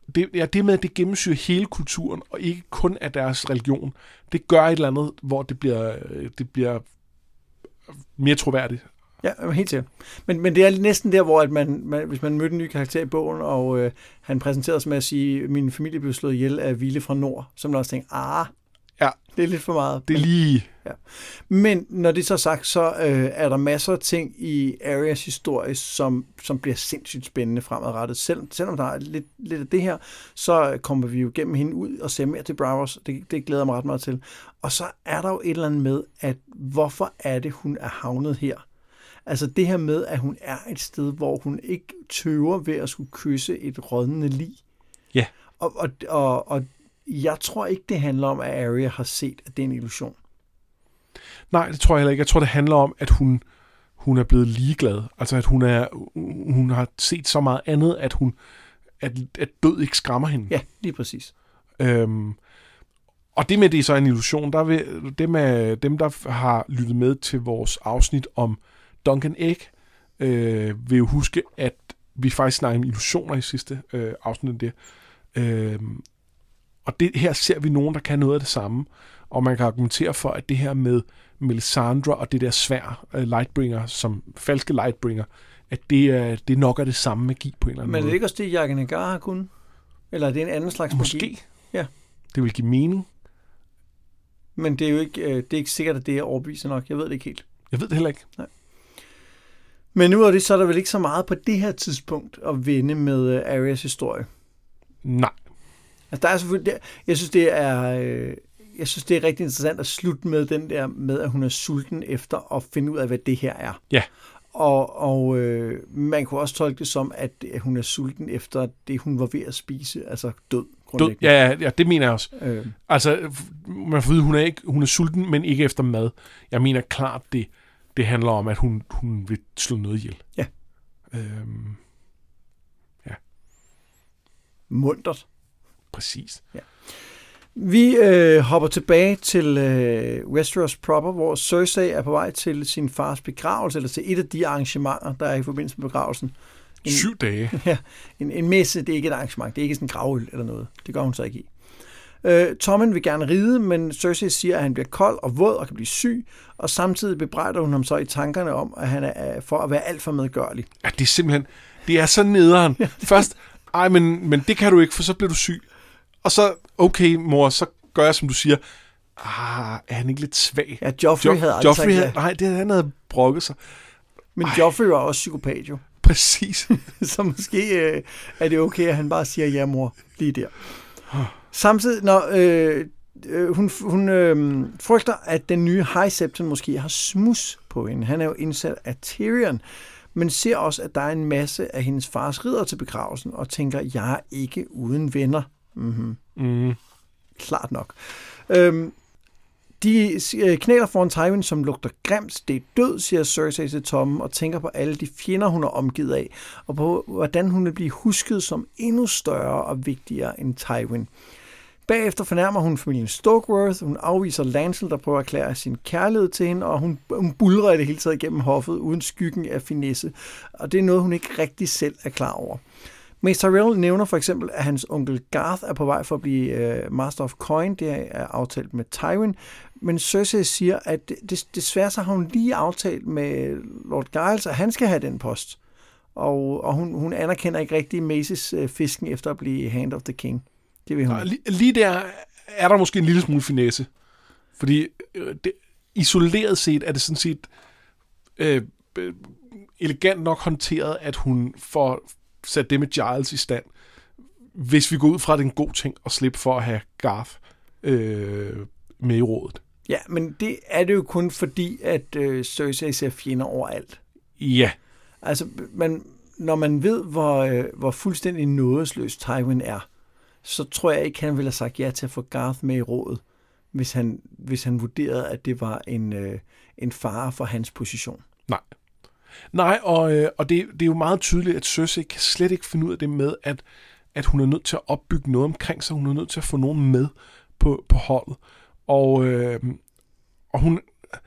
det, ja, det med, at det gennemsyrer hele kulturen, og ikke kun af deres religion, det gør et eller andet, hvor det bliver, det bliver mere troværdigt. Ja, helt sikkert. Men, men det er næsten der, hvor at man, man, hvis man mødte en ny karakter i bogen, og øh, han præsenterede sig med at sige, at min familie blev slået ihjel af Vilde fra Nord, så man også tænkte, ah, ja, det er lidt for meget. Det er lige... Ja. Men når det så er sagt, så øh, er der masser af ting i Arias historie, som, som bliver sindssygt spændende fremadrettet. Selv, selvom der er lidt, lidt af det her, så kommer vi jo gennem hende ud og ser mere til Braavos. Det, det glæder jeg mig ret meget til. Og så er der jo et eller andet med, at hvorfor er det, hun er havnet her? Altså det her med, at hun er et sted, hvor hun ikke tøver ved at skulle kysse et rådnende lig. Ja. Og, og, og, og jeg tror ikke, det handler om, at Arya har set, at det er en illusion. Nej, det tror jeg heller ikke. Jeg tror, det handler om, at hun, hun er blevet ligeglad. Altså, at hun, er, hun har set så meget andet, at, hun, at, at død ikke skræmmer hende. Ja, lige præcis. Øhm, og det med, det er så en illusion, der vil, det med dem, der har lyttet med til vores afsnit om Duncan Egg, øh, vil jo huske, at vi faktisk snakker om illusioner i sidste øh, afsnit af det. Øh, og det, her ser vi nogen, der kan noget af det samme. Og man kan argumentere for, at det her med Melisandre og det der svær uh, Lightbringer, som falske Lightbringer, at det, uh, det nok er det samme magi på en eller anden måde. Men måde. er det ikke også det, Jaqen H'ghar har kunnet? Eller er det en anden slags Måske. magi? Ja. Det vil give mening. Men det er jo ikke, uh, det er ikke sikkert, at det er overbevisende nok. Jeg ved det ikke helt. Jeg ved det heller ikke. Nej. Men nu er det, så er der vel ikke så meget på det her tidspunkt at vende med uh, Arias historie? Nej. Altså, der er selvfølgelig... Jeg synes, det er... Uh, Jeg synes, det er rigtig interessant at slutte med den der med, at hun er sulten efter at finde ud af, hvad det her er. Ja. Og, og øh, man kunne også tolke det som, at hun er sulten efter det, hun var ved at spise, altså død. Død, ja, ja, det mener jeg også. Øh. Altså, man får vide, hun er ikke, hun er sulten, men ikke efter mad. Jeg mener klart, det, det handler om, at hun, hun vil slå noget ihjel. Ja. Øhm, ja. Muntert. Præcis. Ja. Vi øh, hopper tilbage til øh, Westeros proper, hvor Cersei er på vej til sin fars begravelse, eller til et af de arrangementer, der er i forbindelse med begravelsen. En, Syv dage. Ja, en, en messe, det er ikke et arrangement, det er ikke sådan en gravøl eller noget. Det gør hun så ikke i. Øh, Tommen vil gerne ride, men Cersei siger, at han bliver kold og våd og kan blive syg, og samtidig bebrejder hun ham så i tankerne om, at han er for at være alt for medgørlig. Ja, det er simpelthen, det er så nederen. Først, ej, men, men det kan du ikke, for så bliver du syg. Og så, okay mor, så gør jeg, som du siger. Ah, er han ikke lidt svag? Ja, Joffrey jo, havde aldrig Joffrey sagt havde, nej, det han havde brokket sig. Men Ej. Joffrey var også psykopat jo. Præcis. Så måske øh, er det okay, at han bare siger, ja mor, lige der. Samtidig, når øh, øh, hun, hun øh, frygter, at den nye High Septon måske har smus på hende. Han er jo indsat af Tyrion, men ser også, at der er en masse af hendes fars ridder til begravelsen, og tænker, jeg er ikke uden venner. Mm-hmm. Mm. Klart nok. Øhm, de knæler foran Tywin, som lugter grimt. Det er død, siger Cersei til Tommen, og tænker på alle de fjender, hun er omgivet af, og på, hvordan hun vil blive husket som endnu større og vigtigere end Tywin. Bagefter fornærmer hun familien Stokeworth, hun afviser Lancel, der prøver at erklære sin kærlighed til hende, og hun, hun bulrer i det hele taget igennem hoffet, uden skyggen af finesse, og det er noget, hun ikke rigtig selv er klar over. Mace Tyrell nævner for eksempel, at hans onkel Garth er på vej for at blive uh, Master of Coin. Det er aftalt med Tywin. Men Cersei siger, at det, desværre så har hun lige aftalt med Lord Giles, at han skal have den post. Og, og hun, hun anerkender ikke rigtig Maces uh, fisken efter at blive Hand of the King. Det vil hun. Ja, lige, lige der er der måske en lille smule finesse. Fordi øh, det, isoleret set er det sådan set øh, øh, elegant nok håndteret, at hun får sat det med Giles i stand, hvis vi går ud fra, at det er en god ting at slippe for at have Garth øh, med i rådet. Ja, men det er det jo kun fordi, at øh, Cersei ser fjender overalt. Ja. Altså, man, når man ved, hvor, øh, hvor fuldstændig nådesløs Tywin er, så tror jeg ikke, han ville have sagt ja til at få Garth med i rådet, hvis han, hvis han vurderede, at det var en, øh, en fare for hans position. Nej. Nej, og, øh, og det, det er jo meget tydeligt, at Cersei kan slet ikke finde ud af det med, at, at hun er nødt til at opbygge noget omkring sig. Hun er nødt til at få nogen med på, på holdet. Og, øh, og hun,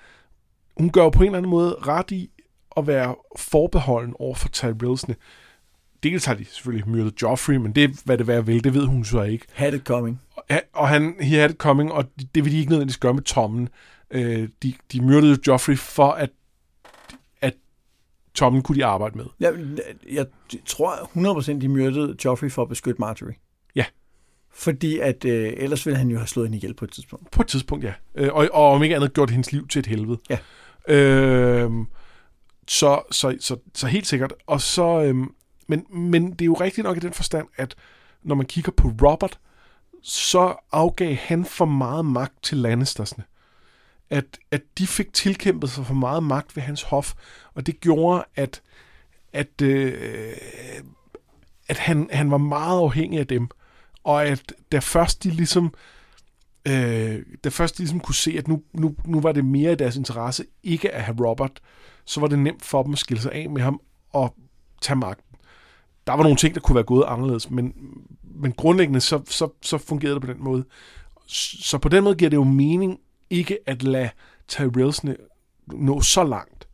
hun gør jo på en eller anden måde ret i at være forbeholden over for Tyrellsene. dels har de selvfølgelig myrdet Joffrey, men det, hvad det være vil, det ved hun så ikke. Had it coming. Og, og han, he had it coming, og det vil de ikke nødvendigvis gøre med Tommen. Øh, de, de myrdede Joffrey for, at, at Tommen kunne de arbejde med. Jeg, jeg tror hundrede procent, de myrdede Joffrey for at beskytte Marjorie. Ja. Fordi at øh, ellers ville han jo have slået hende ihjel på et tidspunkt. På et tidspunkt, ja. Øh, og, og om ikke andet gjort hendes liv til et helvede. Ja. Øh, så, så, så, så helt sikkert. Og så, øh, men, men det er jo rigtigt nok i den forstand, at når man kigger på Robert, så afgav han for meget magt til Lannistersne. At, at de fik tilkæmpet sig for meget magt ved hans hof, og det gjorde, at, at, øh, at han, han var meget afhængig af dem. Og at da først de ligesom, øh, da først de ligesom kunne se, at nu, nu, nu var det mere i deres interesse ikke at have Robert, så var det nemt for dem at skille sig af med ham og tage magten. Der var nogle ting, der kunne være gået anderledes, men, men grundlæggende så, så, så fungerede det på den måde. Så på den måde giver det jo mening ikke at lade Tyrellsne nå så langt.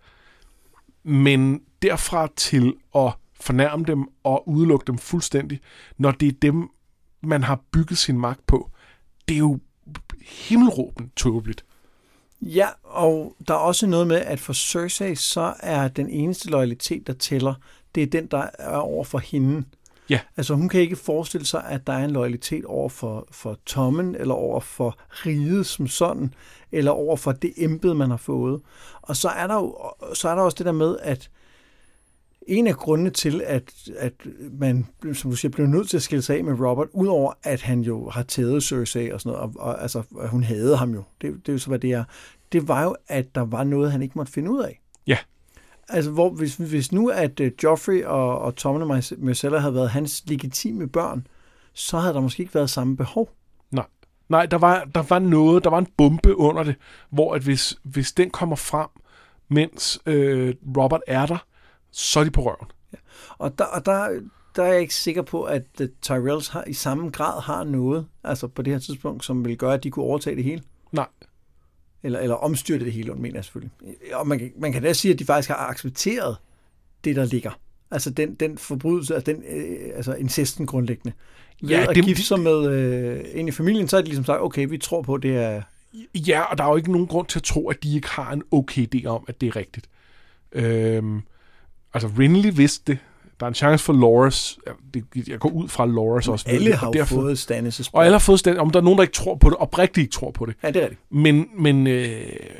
Men derfra til at fornærme dem og udelukke dem fuldstændig, når det er dem, man har bygget sin magt på, det er jo himmelråbende tåbeligt. Ja, og der er også noget med, at for Cersei, så er den eneste loyalitet, der tæller, det er den, der er over for hende. Ja. Altså hun kan ikke forestille sig, at der er en loyalitet over for, for Tommen, eller over for riget som sådan, eller over for det embede, man har fået. Og så er der jo så er der også det der med, at en af grundene til, at, at man, som du siger, blev nødt til at skille sig af med Robert, udover at han jo har tævet Cersei og sådan noget, og, og altså, hun havde ham jo, det, det er jo så, hvad det er, det var jo, at der var noget, han ikke måtte finde ud af. Ja. Altså, hvor, hvis, hvis nu, at uh, Joffrey og, og Tommen og Myrcella havde været hans legitime børn, så havde der måske ikke været samme behov. Nej, Nej der, var, der var noget, der var en bombe under det, hvor at hvis, hvis den kommer frem, mens øh, Robert er der, så er de på røven. Ja. Og, der, og der, der er jeg ikke sikker på, at uh, Tyrells har, i samme grad har noget, altså på det her tidspunkt, som vil gøre, at de kunne overtage det hele. Nej. Eller, eller omstyrte det hele, mener jeg selvfølgelig. Og man kan, man kan da sige, at de faktisk har accepteret det, der ligger. Altså den, den forbrydelse, altså, den, øh, altså incesten grundlæggende. Ved ja, at det, gifte sig med øh, en i familien, så er de ligesom sagt, okay, vi tror på, det er... Ja, og der er jo ikke nogen grund til at tro, at de ikke har en okay idé om, at det er rigtigt. Øhm, altså, Renly vidste det. Der er en chance for Loras. Jeg, jeg går ud fra Loras også. Alle har jo fået Stannis' Og alle har fået Stannis. Om der er nogen, der ikke tror på det, oprigtigt ikke tror på det. Ja, det er rigtigt. Men, men øh,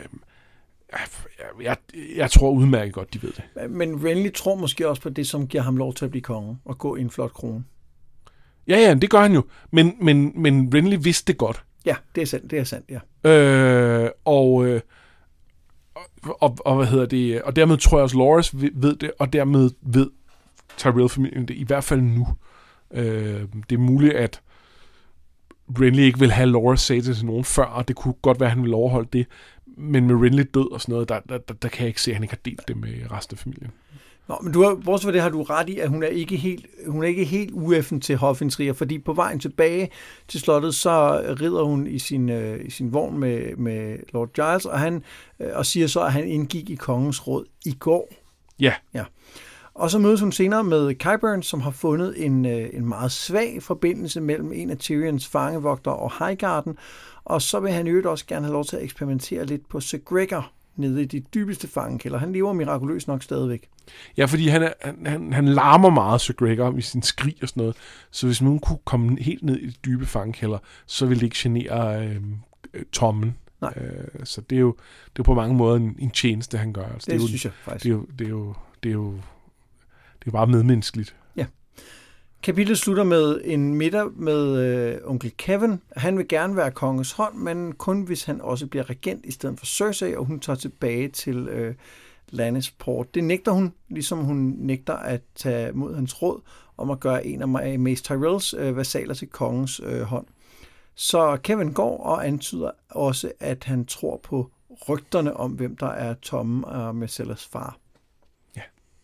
jeg, jeg tror udmærket godt, de ved det. Men Renly tror måske også på det, som giver ham lov til at blive konge og gå i en flot krone. Ja, ja, det gør han jo. Men, men, men Renly vidste det godt. Ja, det er sandt, det er sandt, ja. Øh, og, øh, og, og, og hvad hedder det? Og dermed tror jeg også, Loras ved det, og dermed ved Tyrell-familien det, i hvert fald nu. Øh, det er muligt, at Renly ikke vil have Loras sagde det til nogen før, og det kunne godt være, at han ville overholde det. Men med Renly død og sådan noget, der, der, der, der kan jeg ikke se, at han ikke har delt det med resten af familien. Nå, men du har, bortset fra det har du ret i, at hun er ikke helt, hun er ikke helt ueffen til hofintriger, fordi på vejen tilbage til slottet, så rider hun i sin, øh, i sin vogn med, med Lord Giles, og, han, øh, og siger så, at han indgik i kongens råd i går. Ja. Ja. Og så mødes hun senere med Qyburn, som har fundet en, øh, en meget svag forbindelse mellem en af Tyrions fangevogtere og Highgarden, og så vil han i øvrigt også gerne have lov til at eksperimentere lidt på Sir Gregor nede i de dybeste fangekælder. Han lever mirakuløst nok stadigvæk. Ja, fordi han, er, han, han larmer meget, Sir Gregor, i sin skrig og sådan noget. Så hvis nogen kunne komme helt ned i de dybe fangekælder, så ville det ikke genere øh, Tommen. Nej. Øh, så det er, jo, det er jo på mange måder en, en tjeneste, han gør. Altså, det, det er jo, synes jeg faktisk. Det er jo, det er jo, det er jo, det er jo bare medmenneskeligt. Ja. Kapitlet slutter med en middag med øh, onkel Kevin. Han vil gerne være kongens hånd, men kun hvis han også bliver regent i stedet for Cersei, og hun tager tilbage til øh, Lannisport. Det nægter hun, ligesom hun nægter at tage mod hans råd om at gøre en af Mace Tyrells øh, vasaller til kongens øh, hånd. Så Kevin går og antyder også, at han tror på rygterne om, hvem der er Tommen og Myrcellas far. Ja.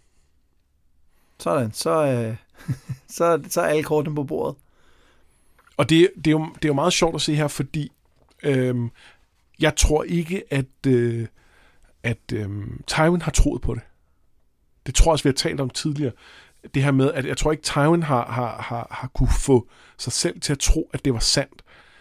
Sådan, så, øh, så, så er alle kortene på bordet. Og det, det, er jo, det er jo meget sjovt at se her, fordi øh, jeg tror ikke, at, øh, at øh, Tywin har troet på det. Det tror jeg også, vi har talt om tidligere. det her med, at jeg tror ikke, Tywin har, har, har, har kunne få sig selv til at tro, at det var sandt.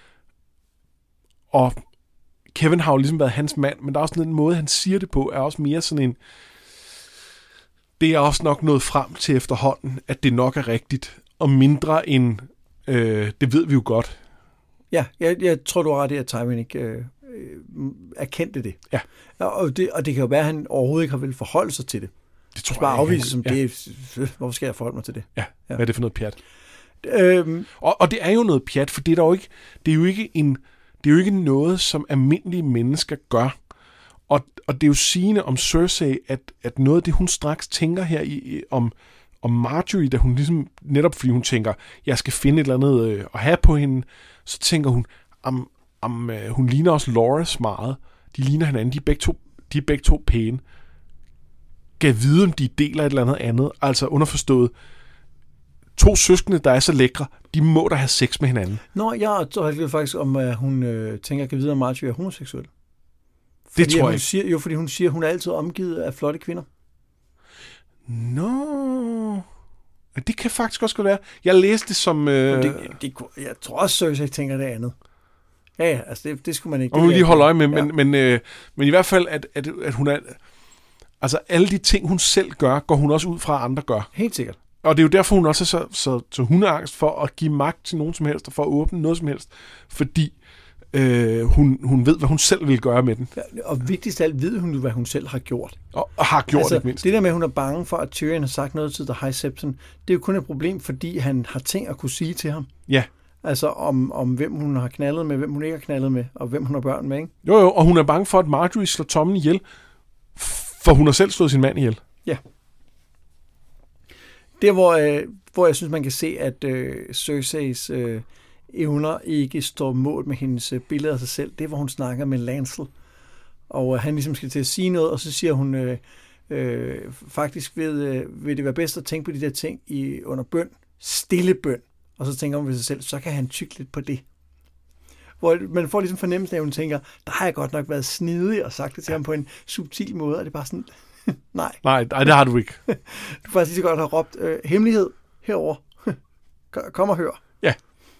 Og Kevin har jo ligesom været hans mand, men der er også sådan en måde, han siger det på, er også mere sådan en, det er også nok nået frem til efterhånden, at det nok er rigtigt, og mindre end, øh, det ved vi jo godt. Ja, jeg, jeg tror, du har ret i, at Tywin ikke øh, erkendte det. Ja. Og det. Og det kan jo være, at han overhovedet ikke har vel forholde sig til det. Det tror bare jeg afvise som ja. det. Hvorfor skal jeg forholde mig til det? Ja, ja. Hvad er det for noget pjat? Øhm. Og, og det er jo noget pjat, for det er, der jo ikke, det er jo ikke en, det er jo ikke noget, som almindelige mennesker gør. Og, og det er jo sigende om Cersei, at, at noget af det, hun straks tænker her i, om, om Marjorie, da hun ligesom, netop fordi hun tænker, jeg skal finde et eller andet øh, at have på hende, så tænker hun, om, om øh, hun ligner også Loras meget. De ligner hinanden, de er begge to, de er begge to pæne. Gav vide, om de deler et eller andet andet. Altså underforstået, to søskende, der er så lækre, de må da have sex med hinanden. Nå, jeg tror faktisk om, at hun øh, tænker, kan vide, om Marjorie er homoseksuel. Det tror jeg ikke. Siger, jo, fordi hun siger, at hun er altid omgivet af flotte kvinder. Nå... Det kan faktisk også godt være. Jeg læste det som... Øh... Det, det, jeg tror også, Cersei tænker det andet. Ja, ja, altså det, det skulle man ikke... Og man lige holde øje med, ja. men, men, øh, men i hvert fald, at, at, at hun er... Altså alle de ting, hun selv gør, går hun også ud fra, at andre gør. Helt sikkert. Og det er jo derfor, hun også er så, så, så hun er angst for at give magt til nogen som helst, og for at åbne noget som helst. Fordi øh, hun, hun ved, hvad hun selv vil gøre med den. Ja, og vigtigst af alt ved hun, hvad hun selv har gjort. Og, og har gjort altså, det mindst. Det der med, at hun er bange for, at Tyrion har sagt noget til The High Septon, det er jo kun et problem, fordi han har ting at kunne sige til ham. Ja. Altså om, om hvem hun har knaldet med, hvem hun ikke har knaldet med, og hvem hun har børn med, ikke? Jo, jo, og hun er bange for, at Marjorie slår Tommen ihjel, for hun har selv slået sin mand ihjel. Ja. Der, hvor, øh, hvor jeg synes, man kan se, at øh, Cerseis øh, evner ikke står mål med hendes øh, billede af sig selv, det er, hvor hun snakker med Lancel. Og øh, han ligesom skal til at sige noget, og så siger hun, øh, øh, faktisk vil, øh, vil det være bedst at tænke på de der ting i, under bøn, stille bøn. Og så tænker hun ved sig selv, så kan han tykke lidt på det. Hvor man får ligesom fornemmelsen af, at hun tænker, der har jeg godt nok været snidig og sagt det til ja. ham på en subtil måde, og det er bare sådan, nej. Nej, nej, det har du ikke. Du kan faktisk lige så godt have råbt, øh, hemmelighed herover. Kom og hør. Ja.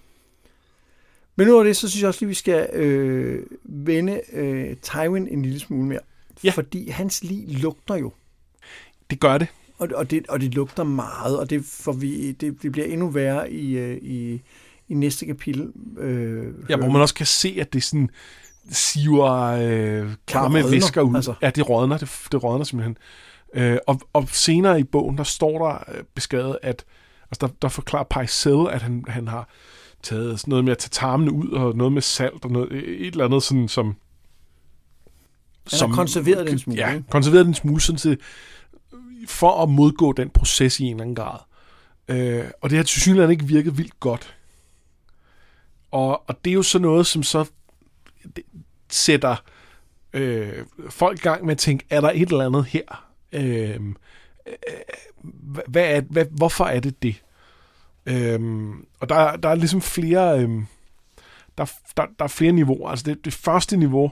Men nu af det, så synes jeg også lige, vi skal øh, vende øh, Tywin en lille smule mere. Ja. Fordi hans lig lugter jo. Det gør det. Og, og, det, og det lugter meget, og det, får vi, det, det bliver endnu værre i, i, i næste kapitel. Øh, ja, hvor man også kan se, at det sådan siver øh, klamme væsker ud. Altså. Ja, det rådner, det, det rådner simpelthen. Øh, og, og senere i bogen, der står der beskrevet, at altså der, der forklarer Pycelle, at han, han har taget sådan noget med at tage tarmene ud, og noget med salt, og noget, et eller andet sådan, som... Han som, har konserveret den smule. Ja, konserveret den smule, sådan til, for at modgå den proces i en eller anden grad. Øh, og det har til synligheden ikke virket vildt godt. Og, og det er jo så noget, som så sætter øh, folk i gang med at tænke, er der et eller andet her? Øh, hvad er, hvad, hvorfor er det det? Øh, og der, der er ligesom flere, øh, der, der, der er flere niveauer. Altså det, det første niveau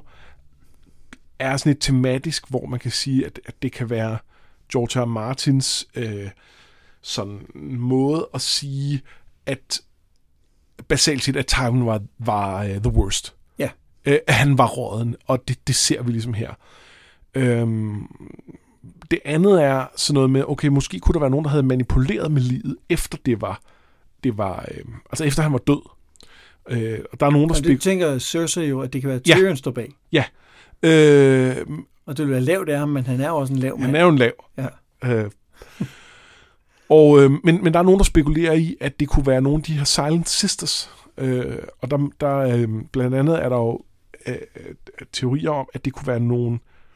er sådan et tematisk, hvor man kan sige, at, at det kan være George R. Martins øh, sådan måde at sige, at basalt set, at Tywin var, var uh, the worst. Ja. Uh, han var råden, og det, det ser vi ligesom her. Um, det andet er sådan noget med, okay, måske kunne der være nogen, der havde manipuleret med livet, efter det var, det var uh, altså efter han var død. Uh, og der er nogen, der spiller... Og det tænker Cersei jo, at det kan være Tyrion ja. står bag. Ja. Uh, og det vil være lavt af ham, men han er jo også en lav mand. Han er jo en lav. Ja. Uh, Og, øh, men, men der er nogen, der spekulerer i, at det kunne være nogle af de her Silent Sisters. Øh, og der, der øh, blandt andet er der jo øh, teorier om, at det kunne være nogle...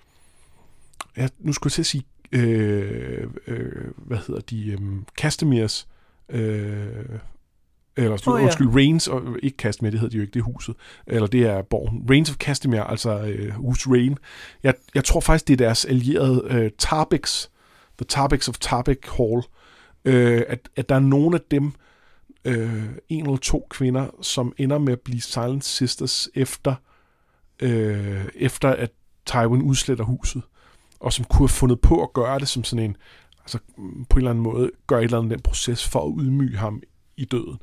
Ja, nu skulle jeg til at sige... Øh, øh, hvad hedder de? Øh, Castemirs... Øh, eller oh, undskyld, ja. Rains... Og, ikke Castamere, det hedder de jo ikke, det er huset. Eller det er borgen. Rains of Castamere, altså øh, hus Rain. Jeg, jeg tror faktisk, det er deres allierede øh, Tarbex. The Tarbex of Tarbeck Hall. Øh, at, at der er nogle af dem, øh, en eller to kvinder, som ender med at blive Silent Sisters efter, øh, efter at Tywin udsletter huset, og som kunne have fundet på at gøre det som sådan en, altså på en eller anden måde gør et eller andet den proces for at ydmyge ham i døden.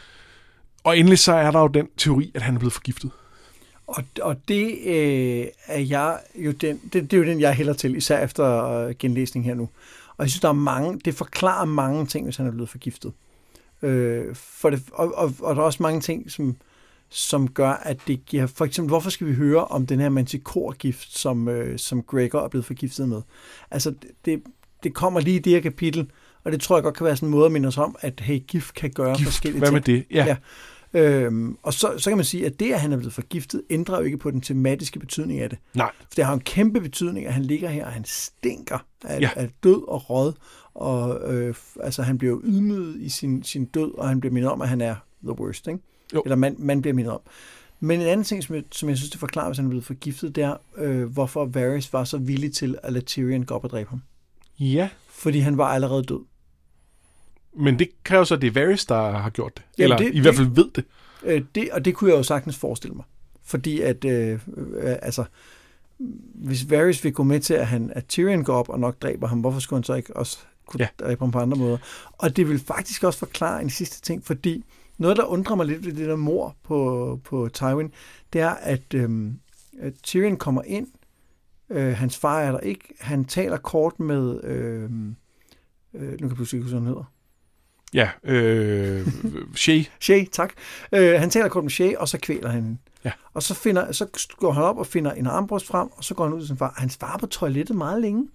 Og endelig så er der jo den teori, at han er blevet forgiftet. Og, og det øh, er jeg jo den, det, det er jo den, jeg hælder til, især efter øh, genlæsning her nu. Og jeg synes, der er mange, det forklarer mange ting, hvis han er blevet forgiftet. Øh, for det, og, og, og der er også mange ting, som, som gør, at det giver... For eksempel, hvorfor skal vi høre om den her manticore-gift, som, øh, som Gregor er blevet forgiftet med? Altså, det, det kommer lige i det her kapitel, og det tror jeg godt kan være sådan en måde at minde os om, at hey, gift kan gøre gift, forskellige hvad ting. Hvad med det? Ja. ja. Øhm, og så, så kan man sige, at det, at han er blevet forgiftet, ændrer jo ikke på den tematiske betydning af det. Nej. For det har en kæmpe betydning, at han ligger her, og han stinker af, ja. af død og råd. Og øh, altså, han bliver ydmyget i sin, sin død, og han bliver mindet om, at han er the worst, ikke? Eller man, man bliver mindet om. Men en anden ting, som jeg, som jeg synes, det forklarer, hvis han er blevet forgiftet, det er, øh, hvorfor Varys var så villig til at lade Tyrion gå op og dræbe ham. Ja. Fordi han var allerede død. Men det kræver så, at det er Varys, der har gjort det. Jamen, Eller det, i det, hvert fald ved det. Øh, det. Og det kunne jeg jo sagtens forestille mig. Fordi at, øh, øh, altså, hvis Varys vil gå med til, at, han, at Tyrion går op og nok dræber ham, hvorfor skulle han så ikke også kunne ja. dræbe ham på andre måder? Og det vil faktisk også forklare en sidste ting, fordi noget, der undrer mig lidt ved det der mord på, på Tywin, det er, at, øh, at Tyrion kommer ind, øh, hans far er der ikke, han taler kort med, øh, øh, nu kan jeg pludselig ikke huske, hvad han hedder. Ja, øh, Shay. Shay, tak. Øh, han taler kort med Shay, og så kvæler han hende. Ja. Og så, finder, så går han op og finder en armbrust frem, og så går han ud til sin far. Han svarer på toilettet meget længe.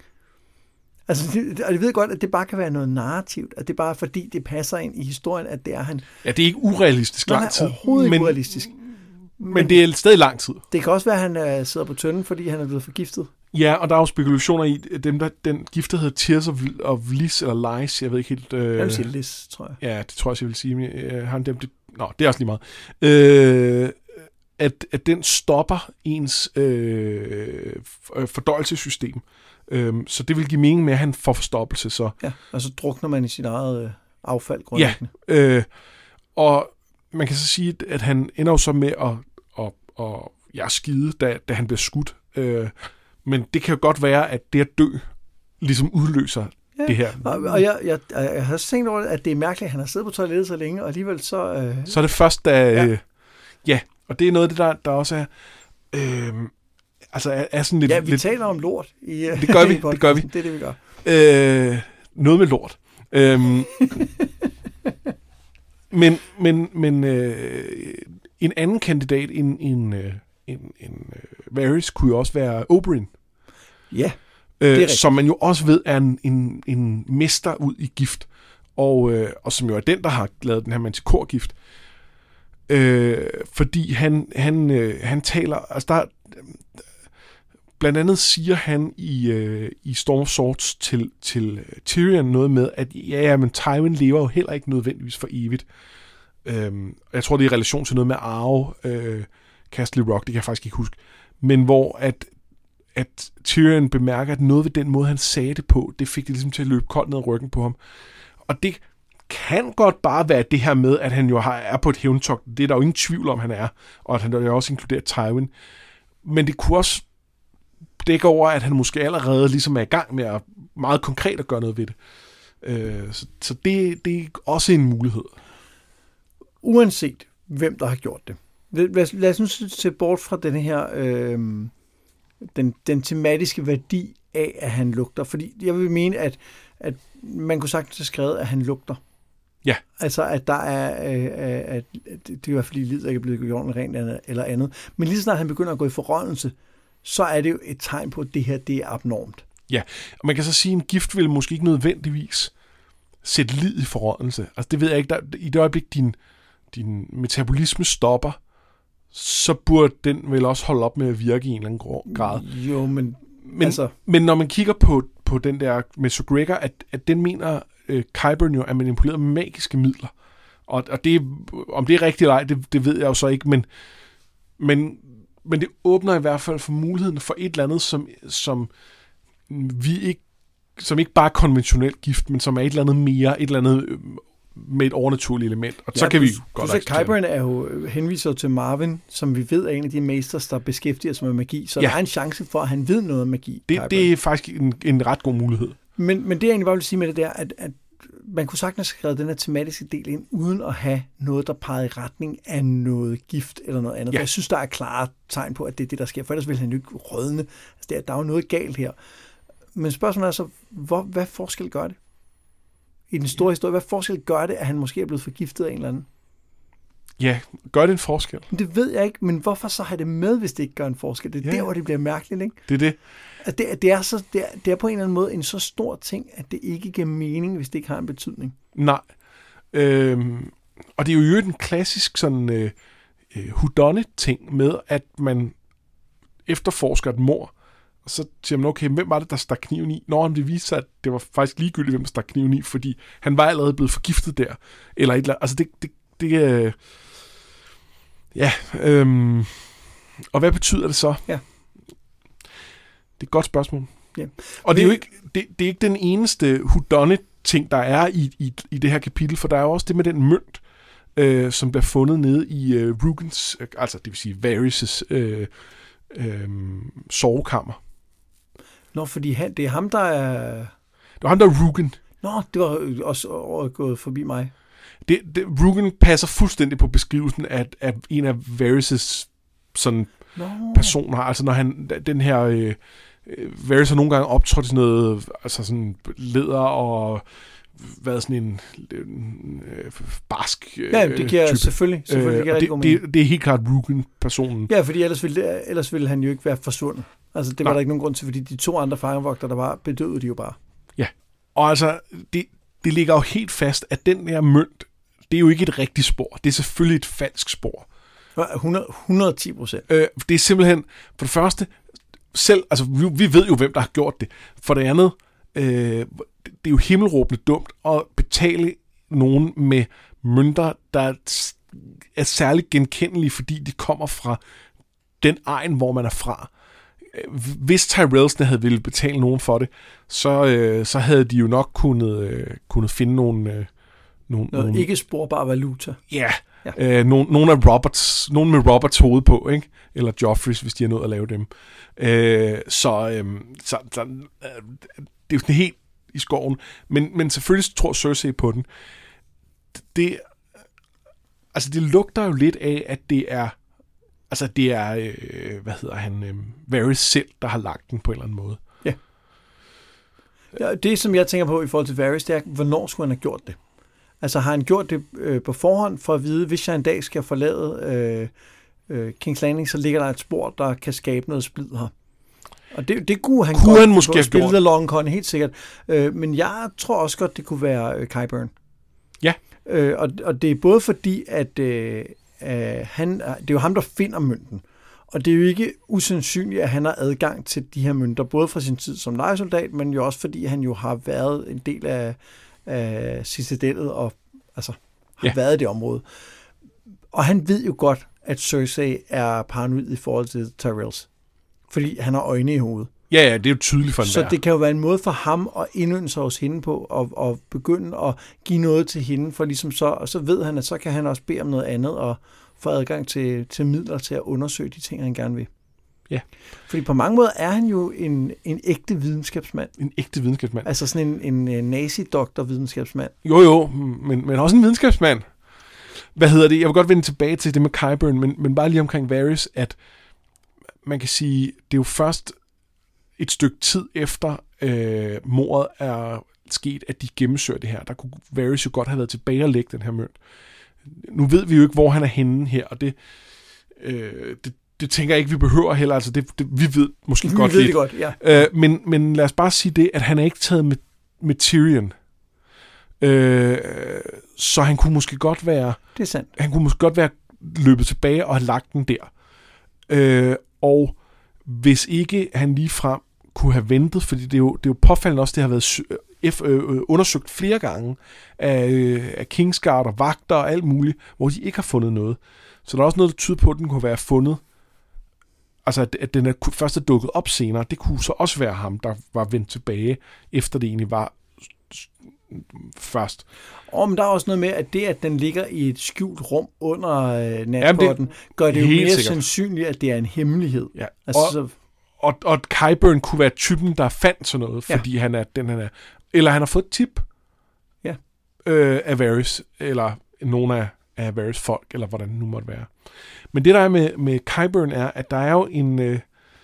Altså, og jeg ved godt, at det bare kan være noget narrativt, at det bare er fordi, det passer ind i historien, at det er han. Ja, det er ikke urealistisk lang tid. Nej, overhovedet ikke men, urealistisk. Men, men det er stadig lang tid. Det kan også være, at han uh, sidder på tønden, fordi han er blevet forgiftet. Ja, og der er jo spekulationer i, dem der, den gift, der hedder Tears of, of Liz, eller Lies, jeg ved ikke helt... Øh, jeg vil sige Liz, tror jeg. Ja, det tror jeg også, jeg vil sige, men øh, han dem, det, nå, det er også lige meget. Øh, at, at den stopper ens øh, fordøjelsessystem. Øh, så det vil give mening med, at han får forstoppelse. Så. Ja, og så drukner man i sit eget øh, affald grundlæggende. Ja, øh, og man kan så sige, at han ender jo så med at, at, at ja, skide, da, da han bliver skudt. Øh, Men det kan jo godt være, at det at dø ligesom udløser ja. det her. Og, og jeg, jeg, jeg har tænkt over, at det er mærkeligt, at han har siddet på toilettet så længe, og alligevel så... Øh... Så er det først, da... Ja, øh, ja og det er noget af det, der, der også er... Øh, altså er, er sådan lidt... Ja, vi lidt, taler om lort. I, det gør vi, det gør vi. Det er det, vi gør. Øh, noget med lort. Øh, men men, men øh, en anden kandidat end en... Øh, En, en uh, Varys kunne jo også være Oberyn. Ja, øh, som man jo også ved er en, en, en mester ud i gift, og, øh, og som jo er den, der har lavet den her manticore-gift. Øh, fordi han, han, øh, han taler, altså der, blandt andet siger han i, øh, i Storm of Swords til, til Tyrion noget med, at ja, ja, men Tywin lever jo heller ikke nødvendigvis for evigt. Øh, jeg tror, det er i relation til noget med arve, øh, Castle Rock, det kan jeg faktisk ikke huske, men hvor at, at Tyrion bemærker, at noget ved den måde, han sagde det på, det fik det ligesom til at løbe koldt ned ad ryggen på ham. Og det kan godt bare være det her med, at han jo har, er på et hævntogt. Det er der jo ingen tvivl om, han er, og at han jo også inkluderer Tywin. Men det kunne også dække over, at han måske allerede ligesom er i gang med at meget konkret at gøre noget ved det. Øh, så så det, det er også en mulighed. Uanset hvem, der har gjort det. Lad, lad os nu se bort fra den her øh, den, den tematiske værdi af, at han lugter. Fordi jeg vil mene, at, at man kunne sagtens have skrevet, at han lugter. Ja. Altså, at der er, øh, at det er i hvert fald livet, der ikke er blevet gjort rent eller andet. Men lige så snart han begynder at gå i forrådnelse, så er det jo et tegn på, at det her, det er abnormt. Ja, og man kan så sige, at en gift vil måske ikke nødvendigvis sætte lid i forrådnelse. Altså, det ved jeg ikke. Der, i det øjeblik, din, din metabolisme stopper, så burde den vel også holde op med at virke i en eller anden grad. Jo, men... Men, altså... men når man kigger på, på den der med Sir Gregor, at, at den mener øh, Qyburn jo er manipuleret med magiske midler. Og, og det, om det er rigtigt eller ej, det, det ved jeg jo så ikke, men, men, men det åbner i hvert fald for muligheden for et eller andet, som, som vi ikke, som ikke bare er konventionelt gift, men som er et eller andet mere, et eller andet øh, med et overnaturligt element, og ja, så kan du, vi godt acceptere. Qyburn er jo henviser til Marvin, som vi ved er en af de mesters, der beskæftiger sig med magi, så ja. Der er en chance for, at han ved noget om magi. Det, det er faktisk en, en ret god mulighed. Men, men det jeg egentlig bare vil sige med det der, at, at man kunne sagtens have skrevet den her tematiske del ind, uden at have noget, der pegede i retning af noget gift eller noget andet. Ja. For jeg synes, der er klare tegn på, at det er det, der sker. For ellers ville han jo ikke rødne. Altså, der, der er jo noget galt her. Men spørgsmålet er så, hvor, hvad forskel gør det? I den store historie, hvad forskel gør det, at han måske er blevet forgiftet af en eller anden? Ja, gør det en forskel? Det ved jeg ikke, men hvorfor så have det med, hvis det ikke gør en forskel? Det er ja. der, hvor det bliver mærkeligt, ikke? Det er det. At det, det, er så, det, er, det er på en eller anden måde en så stor ting, at det ikke giver mening, hvis det ikke har en betydning. Nej. Øhm, og det er jo en klassisk sådan øh, whodunit-ting med, at man efterforsker et mord, og så siger man, okay, hvem var det, der stak kniven i? Når det viste sig, at det var faktisk ligegyldigt, hvem der stak kniven i, fordi han var allerede blevet forgiftet der. Eller et eller andet. Altså det... det, det øh, ja. Øhm, og hvad betyder det så? Ja. Det er et godt spørgsmål. Ja. Og det er jo ikke, det, det er ikke den eneste whodunit-ting, der er i, i, i det her kapitel, for der er jo også det med den mønt, øh, som bliver fundet nede i øh, Rugans, øh, altså det vil sige Varys' øh, øh, sovekammer. Nå, fordi han, det er ham, der er... Det var ham, der er Rugen. Nå, det var også gået forbi mig. Det, det, Rugen passer fuldstændig på beskrivelsen af, af en af Varys' sådan Nå. personer. Altså når han, den her... Øh, Varys har nogle gange optrådt i sådan noget, altså sådan læder og været sådan en, en øh, barsk øh, ja, det giver type. selvfølgelig, selvfølgelig øh, det, det, det er helt klart Rugen-personen. Ja, fordi ellers ville, ellers ville han jo ikke være forsvundet. Altså det var Nej. der ikke nogen grund til, fordi de to andre fangevogter, der var, bedøvede de jo bare. Ja, og altså det, det ligger jo helt fast, at den her mønt, det er jo ikke et rigtigt spor. Det er selvfølgelig et falsk spor. hundrede, hundrede og ti procent. Øh, det er simpelthen, for det første, selv, altså vi, vi ved jo, hvem der har gjort det. For det andet, øh, det er jo himmelråbende dumt at betale nogen med mønter, der er særligt genkendelige, fordi de kommer fra den egen, hvor man er fra. Hvis Tyrellsene havde ville betale nogen for det, så, øh, så havde de jo nok kunnet, øh, kunnet finde nogle... Øh, nogle, Noget nogle ikke sporbar valuta. Ja, ja. Øh, nogle, nogle af Roberts, nogle med Roberts hoved på, ikke? Eller Joffreys, hvis de har nået at lave dem. Øh, så øh, så, så øh, det er jo sådan helt i skoven. Men, men selvfølgelig tror Cersei på den. Det, altså det lugter jo lidt af, at det er, altså det er, øh, hvad hedder han, øh, Varys selv, der har lagt den på en eller anden måde. Ja. Ja, det, som jeg tænker på i forhold til Varys, det er, hvornår skulle han have gjort det? Altså har han gjort det øh, på forhånd for at vide, hvis jeg en dag skal forlade øh, øh, King's Landing, så ligger der et spor, der kan skabe noget splid her. Og det, det kunne han kunne godt han måske have spille gjort. The Long Con, helt sikkert. Øh, men jeg tror også godt, det kunne være øh, Qyburn. Ja. Øh, og, og det er både fordi, at øh, øh, han, det er jo ham, der finder mønten. Og det er jo ikke usandsynligt, at han har adgang til de her mønter, både fra sin tid som lejesoldat, men jo også fordi, han jo har været en del af af Citadellet og altså har ja. været i det område. Og han ved jo godt, at Cersei er paranoid i forhold til Tyrells. Fordi han har øjne i hovedet. Ja, ja, det er jo tydeligt for en Så der. det kan jo være en måde for ham at indønde sig hos hende på, og, og begynde at give noget til hende, for ligesom så, og så ved han, at så kan han også bede om noget andet, og få adgang til, til midler til at undersøge de ting, han gerne vil. Ja. Fordi på mange måder er han jo en, en ægte videnskabsmand. En ægte videnskabsmand. Altså sådan en, en, en nazi-doktor-videnskabsmand. Jo, jo, men, men også en videnskabsmand. Hvad hedder det? Jeg vil godt vende tilbage til det med Qyburn, men, men bare lige omkring Varys, at man kan sige, det er jo først et stykke tid efter øh, mordet er sket, at de gennemsøger det her. Der kunne Varys jo godt have været tilbage og lægge den her mønt. Nu ved vi jo ikke, hvor han er henne her, og det... Øh, det Det tænker jeg ikke, vi behøver heller. Altså det, det, vi ved måske vi godt ved lidt. Det godt, ja. øh, men, men lad os bare sige det, at han er ikke taget med, med Tyrion. Øh, så han kunne måske godt være... Det er sandt. Han kunne måske godt være løbet tilbage og have lagt den der. Øh, og hvis ikke han ligefrem kunne have ventet, fordi det er jo, det er jo påfaldende også, det har været F, øh, undersøgt flere gange af, af Kingsguard og vagter og alt muligt, hvor de ikke har fundet noget. Så der er også noget, der tyder på, at den kunne være fundet. Altså, at, at den er først er dukket op senere. Det kunne så også være ham, der var vendt tilbage, efter det egentlig var først. Og men der er også noget med, at det, at den ligger i et skjult rum under øh, natporten, gør det jo mere sikkert sandsynligt, at det er en hemmelighed. Ja. Altså, og, så... og, og Qyburn kunne være typen, der fandt sådan noget, fordi ja. han er den, han er. Eller han har fået et tip ja. øh, af Varys, eller nogen af, af Varys folk, eller hvordan det nu måtte være. Men det, der er med, med Qyburn, er, at der er jo en... Øh,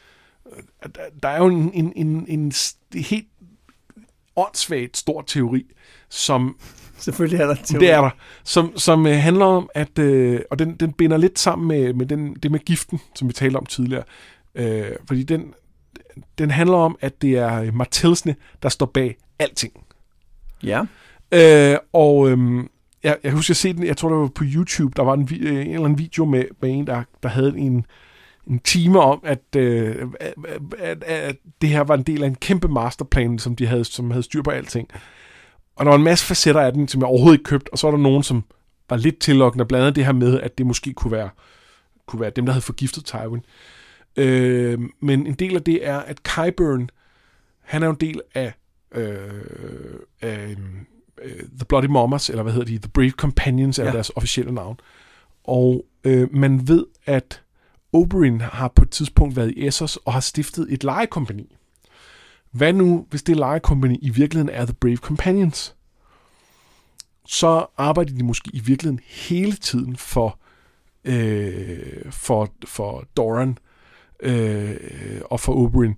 der er jo en, en, en, en, en helt åndssvagt stor teori, som... Selvfølgelig er der en teori. Det er der. Som, som øh, handler om, at... Øh, og den, den binder lidt sammen med, med den, det med giften, som vi talte om tidligere. Øh, fordi den, den handler om, at det er Martellsne, der står bag alting. Ja. Øh, og øh, jeg, jeg husker, jeg set den, jeg tror, det var på YouTube, der var en, en eller anden video med, med en, der, der havde en... en time om, at, øh, at, at, at det her var en del af en kæmpe masterplan, som de havde, som havde styr på alting. Og der var en masse facetter af den, som jeg overhovedet ikke købte, og så var der nogen, som var lidt tillokkende, blandt andet det her med, at det måske kunne være, kunne være dem, der havde forgiftet Tywin. Øh, men en del af det er, at Qyburn, han er jo en del af, øh, af uh, The Bloody Mommers, eller hvad hedder de, The Brave Companions, er ja. deres officielle navn. Og øh, man ved, at Oberyn har på et tidspunkt været i Essos og har stiftet et lejekompagni. Hvad nu, hvis det lejekompagni i virkeligheden er The Brave Companions? Så arbejder de måske i virkeligheden hele tiden for, øh, for, for Doran øh, og for Oberyn.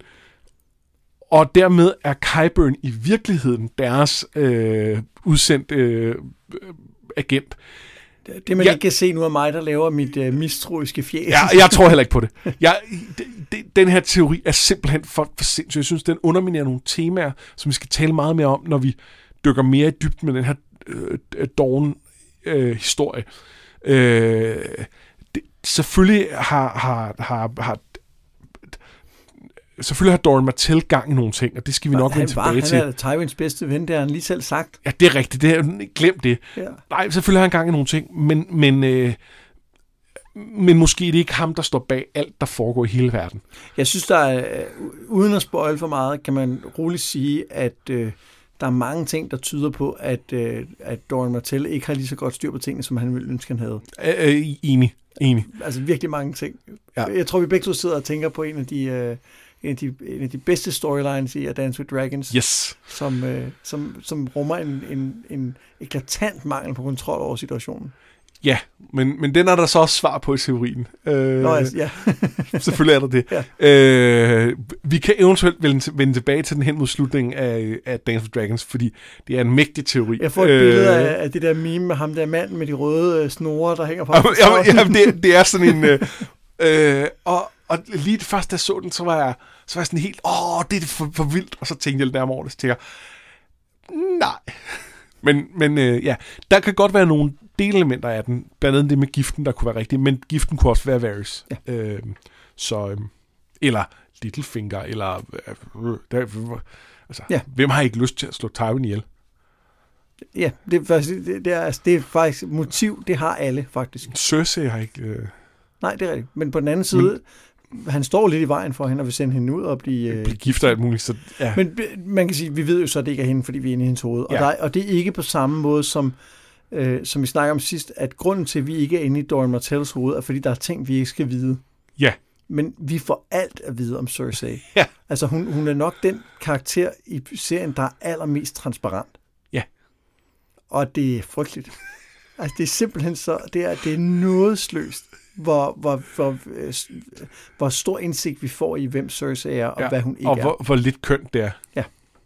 Og dermed er Qyburn i virkeligheden deres øh, udsendte øh, agent. Det, man ja. ikke kan se nu af mig, der laver mit øh, mistroiske fjæs. Ja, jeg tror heller ikke på det. Jeg, det, det. Den her teori er simpelthen for, for sindssygt. Jeg synes, den underminerer nogle temaer, som vi skal tale meget mere om, når vi dykker mere i dybden med den her øh, Dorne-historie. Øh, øh, selvfølgelig har, har, har, har selvfølgelig har Doran Martell gang i nogle ting, og det skal vi nok vende tilbage til. Han er Tywins bedste ven, det har han lige selv sagt. Ja, det er rigtigt. Det har jeg glemt det. Ja. Nej, selvfølgelig har han gang i nogle ting, men, men, øh, men måske er det ikke ham, der står bag alt, der foregår i hele verden. Jeg synes, der er, uden at spoil for meget, kan man roligt sige, at øh, der er mange ting, der tyder på, at, øh, at Doran Martell ikke har lige så godt styr på tingene, som han ville ønske, han havde. Øh, øh, enig. Enig. Altså virkelig mange ting. Ja. Jeg tror, vi begge to sidder og tænker på en af de... Øh, En af, de, en af de bedste storylines i A Dance with Dragons, yes. som, øh, som, som rummer en, en, en eklatant mangel på kontrol over situationen. Ja, men, men den er der så også svar på i teorien. Øh, Nå, altså, ja. Selvfølgelig er der det. Ja. Øh, vi kan eventuelt vende, vende tilbage til den hen mod slutningen af, af Dance with Dragons, fordi det er en mægtig teori. Jeg får et øh, billede af, af det der meme med ham der mand med de røde øh, snore, der hænger på ham. Ja, ja, det, det er sådan en... Øh, øh, og Og lige først, da jeg så den, så var jeg, så var jeg sådan helt, åh, det er for, for vildt. Og så tænkte jeg lidt nærmere over det, så tænkte jeg, nej. Men, men øh, ja, der kan godt være nogle delelementer af den, blandt andet det med giften, der kunne være rigtigt, men giften kunne også være Varys. Ja. Øh, så, øh, eller Littlefinger, eller, øh, der, altså, ja. Hvem har ikke lyst til at slå Tywin ihjel? Ja, det er, faktisk, det, det, er, altså, det er faktisk motiv, det har alle faktisk. Cersei har ikke... Øh... Nej, det er rigtigt. Men på den anden side, men, han står lidt i vejen for hende, og vil sende hende ud og blive... Øh, blive gift og alt muligt. Så, ja. Men man kan sige, vi ved jo så, at det ikke er hende, fordi vi er inde i hendes hoved. Ja. Og, der, og det er ikke på samme måde, som, øh, som vi snakker om sidst, at grunden til, at vi ikke er inde i Doran Martells hoved, er, fordi der er ting, vi ikke skal vide. Ja. Men vi får alt at vide om Cersei. Ja. Altså, hun, hun er nok den karakter i serien, der er allermest transparent. Ja. Og det er frygteligt. Altså, det er simpelthen så... Det er, det er nådesløst, hvor, hvor, hvor, øh, hvor stor indsigt vi får i, hvem Cersei er, og ja, hvad hun ikke og er. Og hvor, hvor lidt kønt det er. Ja.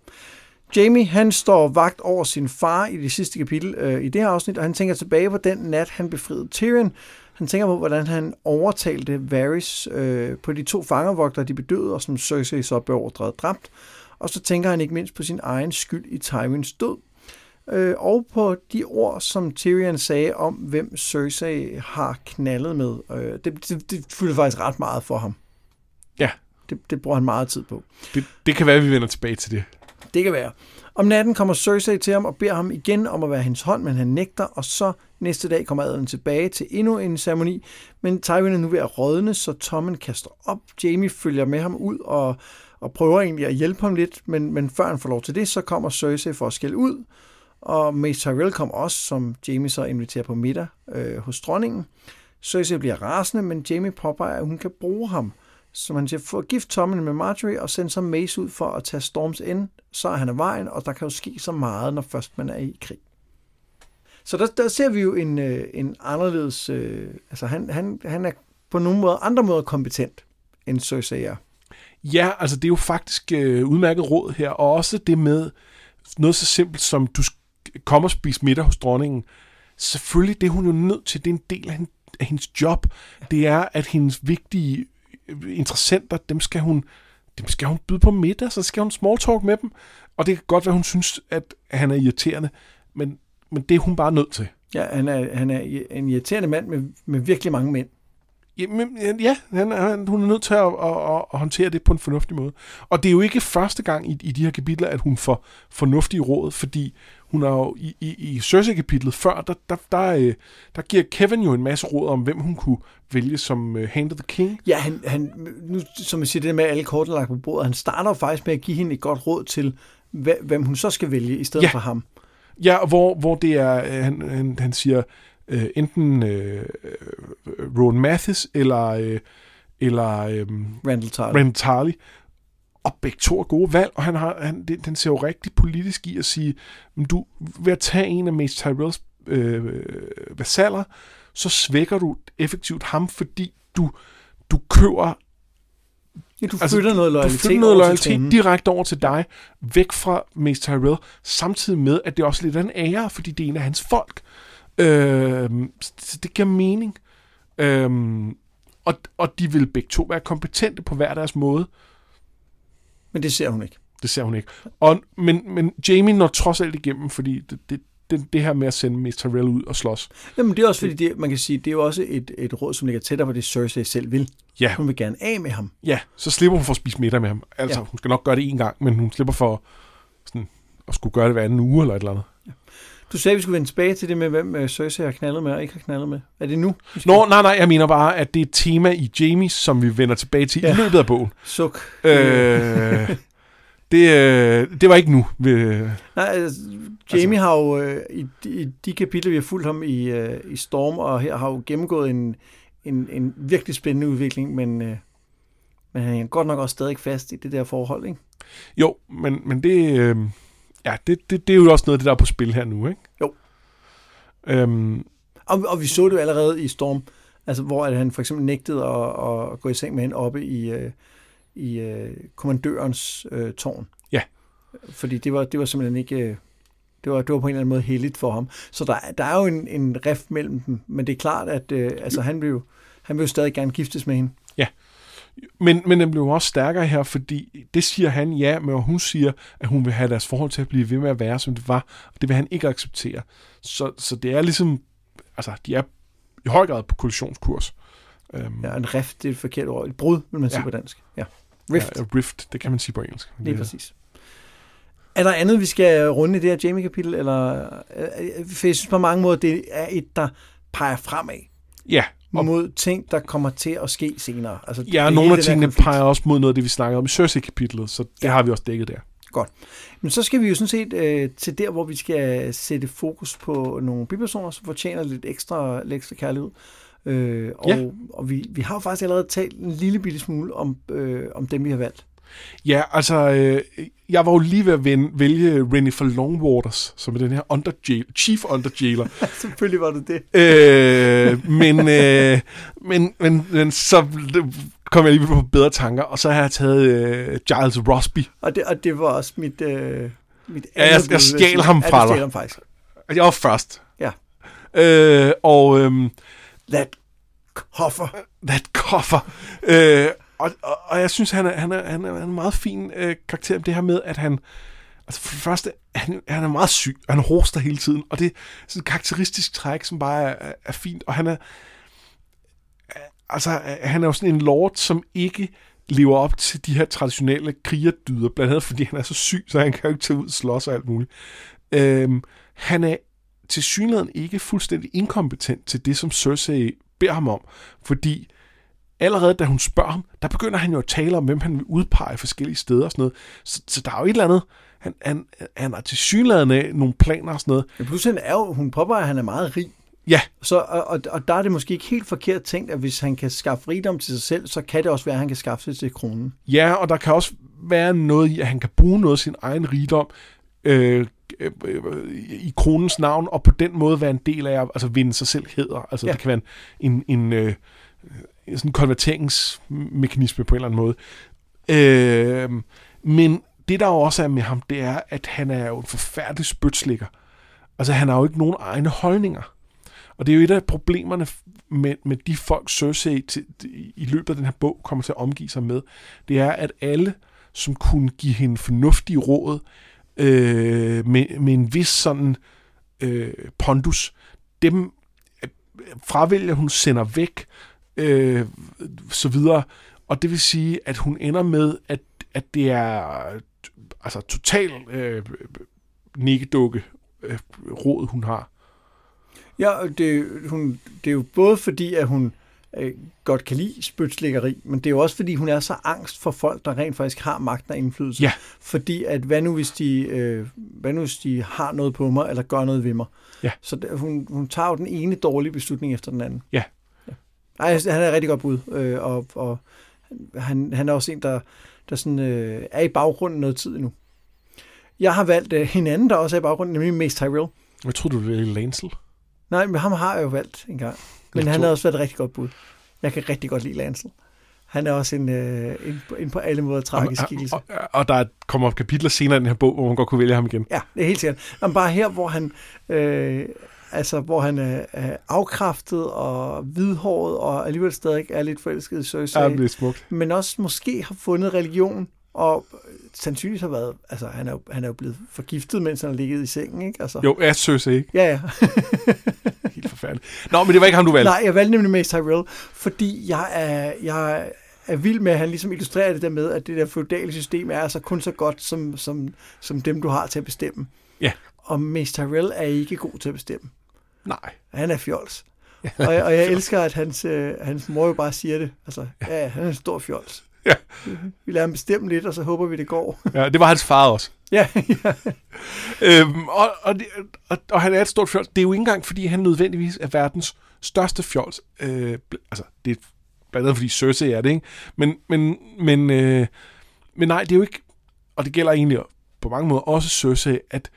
Jaime, han står vagt over sin far i det sidste kapitel øh, i det her afsnit, og han tænker tilbage på den nat, han befriede Tyrion. Han tænker på, hvordan han overtalte Varys øh, på de to fangervogtere, de bedøvede, og som Cersei så beordrede dræbt. Og så tænker han ikke mindst på sin egen skyld i Tywins død. Øh, og på de ord, som Tyrion sagde om, hvem Cersei har knaldet med. Øh, det, det, det fylder faktisk ret meget for ham. Ja. Det, det bruger han meget tid på. Det, det kan være, at vi vender tilbage til det. Det kan være. Om natten kommer Cersei til ham og beder ham igen om at være hendes hånd, men han nægter, og så næste dag kommer adelen tilbage til endnu en ceremoni. Men Tywin er nu ved at rådne, så Tommen kaster op. Jaime følger med ham ud og, og prøver egentlig at hjælpe ham lidt, men, men før han får lov til det, så kommer Cersei for at skælde ud. Og Mace Tyrell kommer også, som Jaime så inviterer på middag øh, hos dronningen. Cersei bliver rasende, men Jaime påpeger, at hun kan bruge ham som han siger, få gift Tommen med Marjorie og sende så Mace ud for at tage Storms End, så er han af vejen, og der kan jo ske så meget, når først man er i krig. Så der, der ser vi jo en, en anderledes, øh, altså han, han, han er på nogle måder, andre måder kompetent, end Cersei er. Ja, altså det er jo faktisk øh, udmærket råd her, og også det med noget så simpelt som, du kommer og spiser middag hos dronningen. Selvfølgelig, det er hun jo nødt til, det er en del af, hende, af hendes job. Det er, at hendes vigtige interessenter, dem skal hun, dem skal hun byde på middag, så skal hun small talk med dem. Og det kan godt være, hun synes, at han er irriterende, men, men det er hun bare nødt til. Ja, han er, han er en irriterende mand med, med virkelig mange mænd. Ja, men, ja han, han, hun er nødt til at, at, at håndtere det på en fornuftig måde. Og det er jo ikke første gang i, i de her kapitler, at hun får fornuftige råd, fordi hun har jo i, i, i Cersei-kapitlet før, der, der, der, der giver Kevin jo en masse råd om, hvem hun kunne vælge som uh, Hand of the King. Ja, han, han, nu, som jeg siger, det med alle kortene lagt på bordet, han starter faktisk med at give hende et godt råd til, hvem hun så skal vælge i stedet ja. for ham. Ja, hvor, hvor det er, han, han, han siger, Uh, enten uh, Rowan Mathis eller, uh, eller um, Randall Tarly. Randall Tarly. Og begge to er gode valg, og han har, han, det, den ser jo rigtig politisk i at sige, du ved at tage en af Mace Tyrells uh, vasaller, så svækker du effektivt ham, fordi du, du køber ja, du flytter altså, noget loyalitet, du flytter noget loyalitet direkte over til dig, væk fra Mace Tyrell, samtidig med, at det også er lidt af en ære, fordi det er en af hans folk. Øhm, så det giver mening. Øhm, og, og de vil begge to være kompetente på hver deres måde. Men det ser hun ikke. Det ser hun ikke. Og, men, men Jaime når trods alt igennem, fordi det, det, det, det her med at sende Mister Tyrell ud og slås. Jamen det er også fordi, det, man kan sige, det er jo også et, et råd, som ligger tættere på det, Cersei selv vil. Ja. Hun vil gerne af med ham. Ja, så slipper hun for at spise middag med ham. Altså, ja. Hun skal nok gøre det en gang, men hun slipper for sådan, at skulle gøre det hver anden uge eller et eller andet. Ja. Du sagde, at vi skulle vende tilbage til det med, hvem Cersei har knaldet med og ikke har knaldet med. Er det nu? Nå, nej, nej, jeg mener bare, at det er et tema i Jaime, som vi vender tilbage til ja. i løbet af bogen. Suk. Øh, det, øh, det var ikke nu. Vi, nej, altså, Jaime altså, har jo øh, i, i de kapitler, vi har fulgt ham i, øh, i Storm, og her har jo gennemgået en, en, en virkelig spændende udvikling, men, øh, men han er godt nok også stadig fast i det der forhold, ikke? Jo, men, men det... Øh, Ja, det, det, det er jo også noget af det, der er på spil her nu, ikke? Jo. Øhm. Og, og vi så det jo allerede i Storm, altså hvor at han for eksempel nægtede at, at gå i seng med hende oppe i, uh, i uh, kommandørens uh, tårn. Ja. Fordi det var, det var simpelthen ikke... Det var, det var på en eller anden måde heldigt for ham. Så der, der er jo en, en rift mellem dem, men det er klart, at uh, altså, han, vil jo, han vil jo stadig gerne giftes med hende. Ja. Men, men den blev også stærkere her, fordi det siger han ja, men hun siger, at hun vil have deres forhold til at blive ved med at være, som det var, og det vil han ikke acceptere. Så, så det er ligesom, altså, de er i høj grad på kollisionskurs. Um, ja, en rift, det er et forkert ord. Et brud, vil man sige ja. på dansk. Ja. Rift. Ja, rift, det kan man sige på engelsk. Det er præcis. Er der andet, vi skal runde i det her Jaime-kapitel, eller, for jeg synes på mange måder, det er et, der peger fremad. Ja. Og mod ting, der kommer til at ske senere. Altså, ja, nogle af tingene peger også mod noget af det, vi snakkede om i Cersei-kapitlet, så det ja. har vi også dækket der. Godt. Men så skal vi jo sådan set øh, til der, hvor vi skal sætte fokus på nogle bipersoner, som fortjener lidt ekstra, lidt ekstra kærlighed. Øh, og ja. og vi, vi har jo faktisk allerede talt en lille bitte smule om, øh, om dem, vi har valgt. Ja, altså, øh, jeg var jo lige ved at vælge Rennifer Longwaters, som er den her underjail, chief underjailer. Selvfølgelig var det det. øh, men, øh, men, men, men så kom jeg lige på bedre tanker, og så har jeg taget øh, Giles Rosby. Og det, og det var også mit... Øh, mit ja, jeg, jeg stjal ham fra dig. Ja, ham faktisk. Jeg var først. Ja. Øh, og... Øh, That Coffer. That Coffer. Øh, Og, og, og jeg synes, han er, han er, han er en meget fin øh, karakter. Det her med, at han... Altså for det første, han, han er meget syg. Han hoster hele tiden. Og det er sådan et karakteristisk træk, som bare er, er fint. Og han er... Altså, han er jo sådan en lord, som ikke lever op til de her traditionelle krigerdyder. Blandt andet, fordi han er så syg, så han kan jo ikke tage ud og slås og alt muligt. Øhm, han er tilsyneladende ikke fuldstændig inkompetent til det, som Cersei beder ham om. Fordi... Allerede da hun spørger ham, der begynder han jo at tale om, hvem han vil udpege forskellige steder og sådan noget. Så, så der er jo et eller andet, han, han, han har tilsyneladende nogle planer og sådan noget. Ja, pludselig er jo, hun påpeger, at han er meget rig. Ja. Så, og, og der er det måske ikke helt forkert tænkt, at hvis han kan skaffe rigdom til sig selv, så kan det også være, at han kan skaffe det til kronen. Ja, og der kan også være noget i, at han kan bruge noget af sin egen rigdom øh, øh, øh, i kronens navn, og på den måde være en del af at altså vinde sig selv hæder. Altså ja. Det kan være en, en, en øh, sådan en konverteringsmekanisme på en eller anden måde. Øh, men det, der også er med ham, det er, at han er jo en forfærdelig spytslikker. Altså, han har jo ikke nogen egne holdninger. Og det er jo et af problemerne med, med de folk, Cersei til, i løbet af den her bog kommer til at omgive sig med. Det er, at alle, som kunne give hende fornuftige råd, øh, med, med en vis sådan øh, pondus, dem fravælger hun, sender væk, øh, så videre. Og det vil sige, at hun ender med, at, at det er altså total øh, nikkedukke øh, råd, hun har. Ja, det, hun, det er jo både fordi, at hun øh, godt kan lide spytslikkeri, men det er jo også fordi, hun er så angst for folk, der rent faktisk har magt og indflydelse. Ja. Fordi at hvad nu, hvis de, øh, hvad nu, hvis de har noget på mig, eller gør noget ved mig. Ja. Så der, hun, hun tager jo den ene dårlige beslutning efter den anden. Ja. Ja. Ej, han er et rigtig godt bud, øh, og, og han, han er også en, der, der sådan, øh, er i baggrunden noget tid nu. Jeg har valgt øh, en anden, der også er i baggrunden, nemlig Mace Tyrell. Jeg tror du, det er Lancel? Nej, men ham har jeg jo valgt en gang. Men han har også været et rigtig godt bud. Jeg kan rigtig godt lide Lancel. Han er også en, øh, en, en på alle måder tragisk skikkelse. Og, og, og der kommer op kapitler senere i den her bog, hvor man godt kunne vælge ham igen. Ja, det er helt sikkert. Men bare her, hvor han, øh, altså, hvor han er, er afkræftet og hvidhåret, og alligevel stadig er lidt forelsket i Cersei. Ja, det er smukt. Men også måske har fundet religion, og sandsynligvis har været, altså han er jo, han er jo blevet forgiftet, mens han har ligget i sengen, ikke? Altså. Jo, er Cersei, ikke? Ja, ja. Helt forfærdeligt. Nå, men det var ikke ham, du valgte. Nej, jeg valgte nemlig Mace Tyrell, fordi jeg er, jeg er vild med, at han ligesom illustrerer det der med, at det der feudale system er altså kun så godt, som, som, som dem, du har til at bestemme. Ja. Og Mace Tyrell er ikke god til at bestemme. Nej. Han er fjols. og, jeg, og jeg elsker, at hans, øh, hans mor jo bare siger det. Altså, ja, han er en stor fjols. Ja. Vi lader ham bestemme lidt, og så håber vi, det går. Ja, det var hans far også. Ja, ja. Øhm, og, og, det, og, og han er et stort fjols. Det er jo ikke engang, fordi han nødvendigvis er verdens største fjols. Øh, altså, det er blandt andet, fordi Cersei er det, ikke? Men, men, men, øh, men nej, det er jo ikke, og det gælder egentlig på mange måder også Cersei, at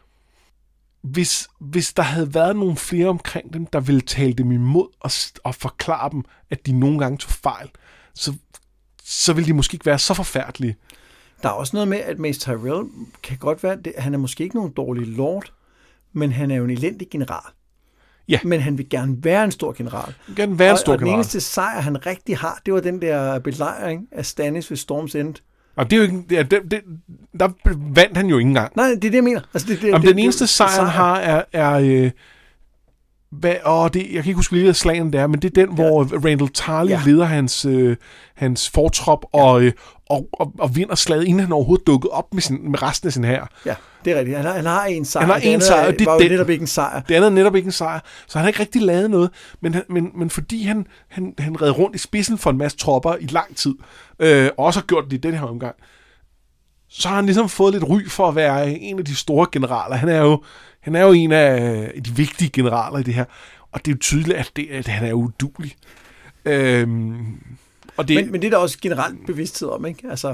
hvis, hvis der havde været nogle flere omkring dem, der ville tale dem imod og, og forklare dem, at de nogle gange tog fejl, så, så ville de måske ikke være så forfærdelige. Der er også noget med, at Mace Tyrell kan godt være, det, han er måske ikke nogen dårlig lord, men han er jo en elendig general. Ja. Men han vil gerne være en stor general. Han vil gerne være en stor og, og general. den eneste sejr, han rigtig har, det var den der belejring af Stannis ved Storm's End. Og det er jo ikke, det er, det, det, der vandt han jo ikke engang. Nej, det er det, jeg mener. Altså, det, det, Jamen, det, den eneste det, sejr, han har, er... er øh, hvad, åh, det, jeg kan ikke huske, hvilket slagen det er, men det er den, ja. hvor Randall Tarly ja. leder hans, øh, hans fortrop og, øh, og, og, og vinder slaget, inden han overhovedet dukkede op med, sin, med resten af sin hær. Ja, det er rigtigt. Han har, han har en sejr. Han har en sejr, og det var er jo netop ikke en sejr. Det andet er netop ikke en sejr, så han har ikke rigtig lavet noget. Men, han, men, men fordi han, han, han red rundt i spidsen for en masse tropper i lang tid, øh, og også har gjort det i den her omgang, så har han ligesom fået lidt ry for at være en af de store generaler. Han er jo, han er jo en af de vigtige generaler i det her. Og det er jo tydeligt, at, det, at han er uduelig. Øhm, og det, men, men det er der også generelt bevidsthed om, ikke? Altså.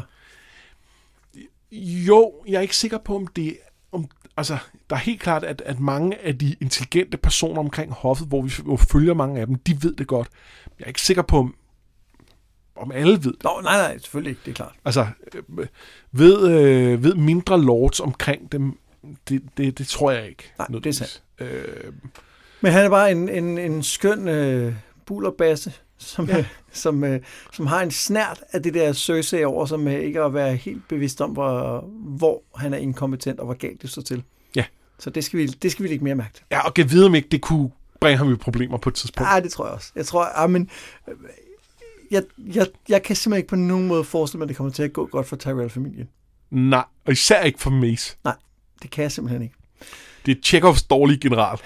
Jo, jeg er ikke sikker på, om det... Om, altså, der er helt klart, at, at mange af de intelligente personer omkring hoffet, hvor vi hvor følger mange af dem, de ved det godt. Jeg er ikke sikker på, om, om alle ved det. Nå, nej, nej, selvfølgelig ikke, det er klart. Altså, øh, ved, øh, ved mindre lords omkring dem, det, det, det tror jeg ikke. Nej, det er sandt. Øh, Men han er bare en, en, en skøn øh, bullerbasse, som, ja. øh, som, øh, som har en snert af det der Cersei over, som øh, ikke at være helt bevidst om, hvor, hvor han er inkompetent, og hvor galt det står til. Ja. Så det skal vi, det skal vi lægge mere mærke til. Ja, og kan vide, om ikke det kunne bringe ham i problemer på et tidspunkt. Ja, det tror jeg også. Jeg tror, ah, men, jeg, jeg, jeg kan simpelthen ikke på nogen måde forestille mig, at det kommer til at gå godt for Tyrell-familien. Nej, og især ikke for Mace. Nej, det kan jeg simpelthen ikke. Det er Chekhovs dårlige general.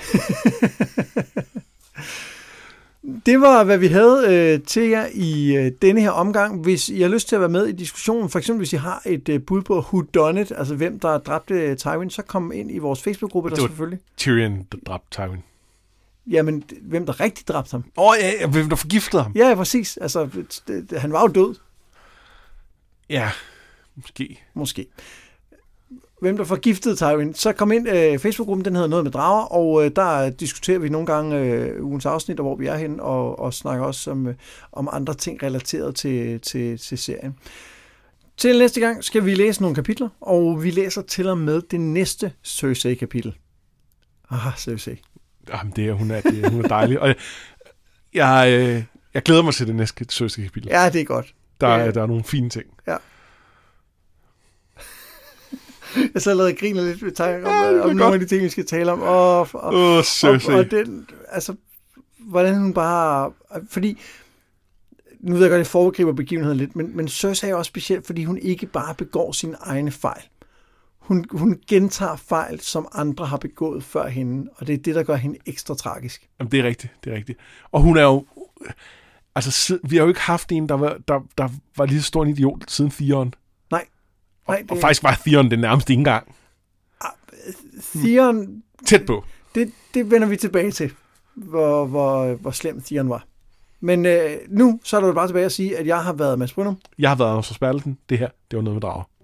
Det var, hvad vi havde øh, til jer i øh, denne her omgang. Hvis I har lyst til at være med i diskussionen, for eksempel hvis I har et øh, bud på who done it, altså hvem der dræbte Tywin, så kom ind i vores Facebook-gruppe, der det var selvfølgelig. Tyrion, der dræbte Tywin. Jamen, hvem der rigtig dræbte ham. Åh, oh, ja, ja, hvem der forgiftede ham. Ja, præcis. Altså, det, det, han var jo død. Ja, måske. Måske. Hvem der forgiftede Tywin. Så kom ind, øh, Facebook-gruppen, den hedder Noget med Drager, og øh, der diskuterer vi nogle gange øh, ugens afsnit, hvor vi er hen, og, og snakker også om, øh, om andre ting relateret til, til, til serien. Til næste gang skal vi læse nogle kapitler, og vi læser til og med det næste Cersei-kapitel. Ah, Cersei. Jamen, det er, hun er, det er, hun er dejlig. Og jeg, jeg, øh, jeg glæder mig til det næste Cersei-kapitel. Ja, det er godt. Der, ja. er, der er nogle fine ting. Ja. Jeg så lavede griner lidt ved tanken om, ja, om nogle af de ting, vi skal tale om. Og, og, oh, Cersei. og, og den, altså, hvordan hun bare... Fordi, nu ved jeg godt, at jeg foregriber begivenheden lidt, men, men Cersei er også specielt, fordi hun ikke bare begår sine egne fejl. Hun, hun gentager fejl, som andre har begået før hende, og det er det, der gør hende ekstra tragisk. Jamen, det er rigtigt, det er rigtigt. Og hun er jo... Altså, vi har jo ikke haft en, der var, der, der var lige så stor en idiot siden Theon. Nej. Og, Nej det... og faktisk var Theon det nærmest ikke engang. Theon... Tæt på. Det, det vender vi tilbage til, hvor, hvor, hvor slem Theon var. Men øh, nu så er der jo bare tilbage at sige, at jeg har været Mads Brynum. Jeg har været Anders Forsbergelsen. Det her, det var Noget med Drager.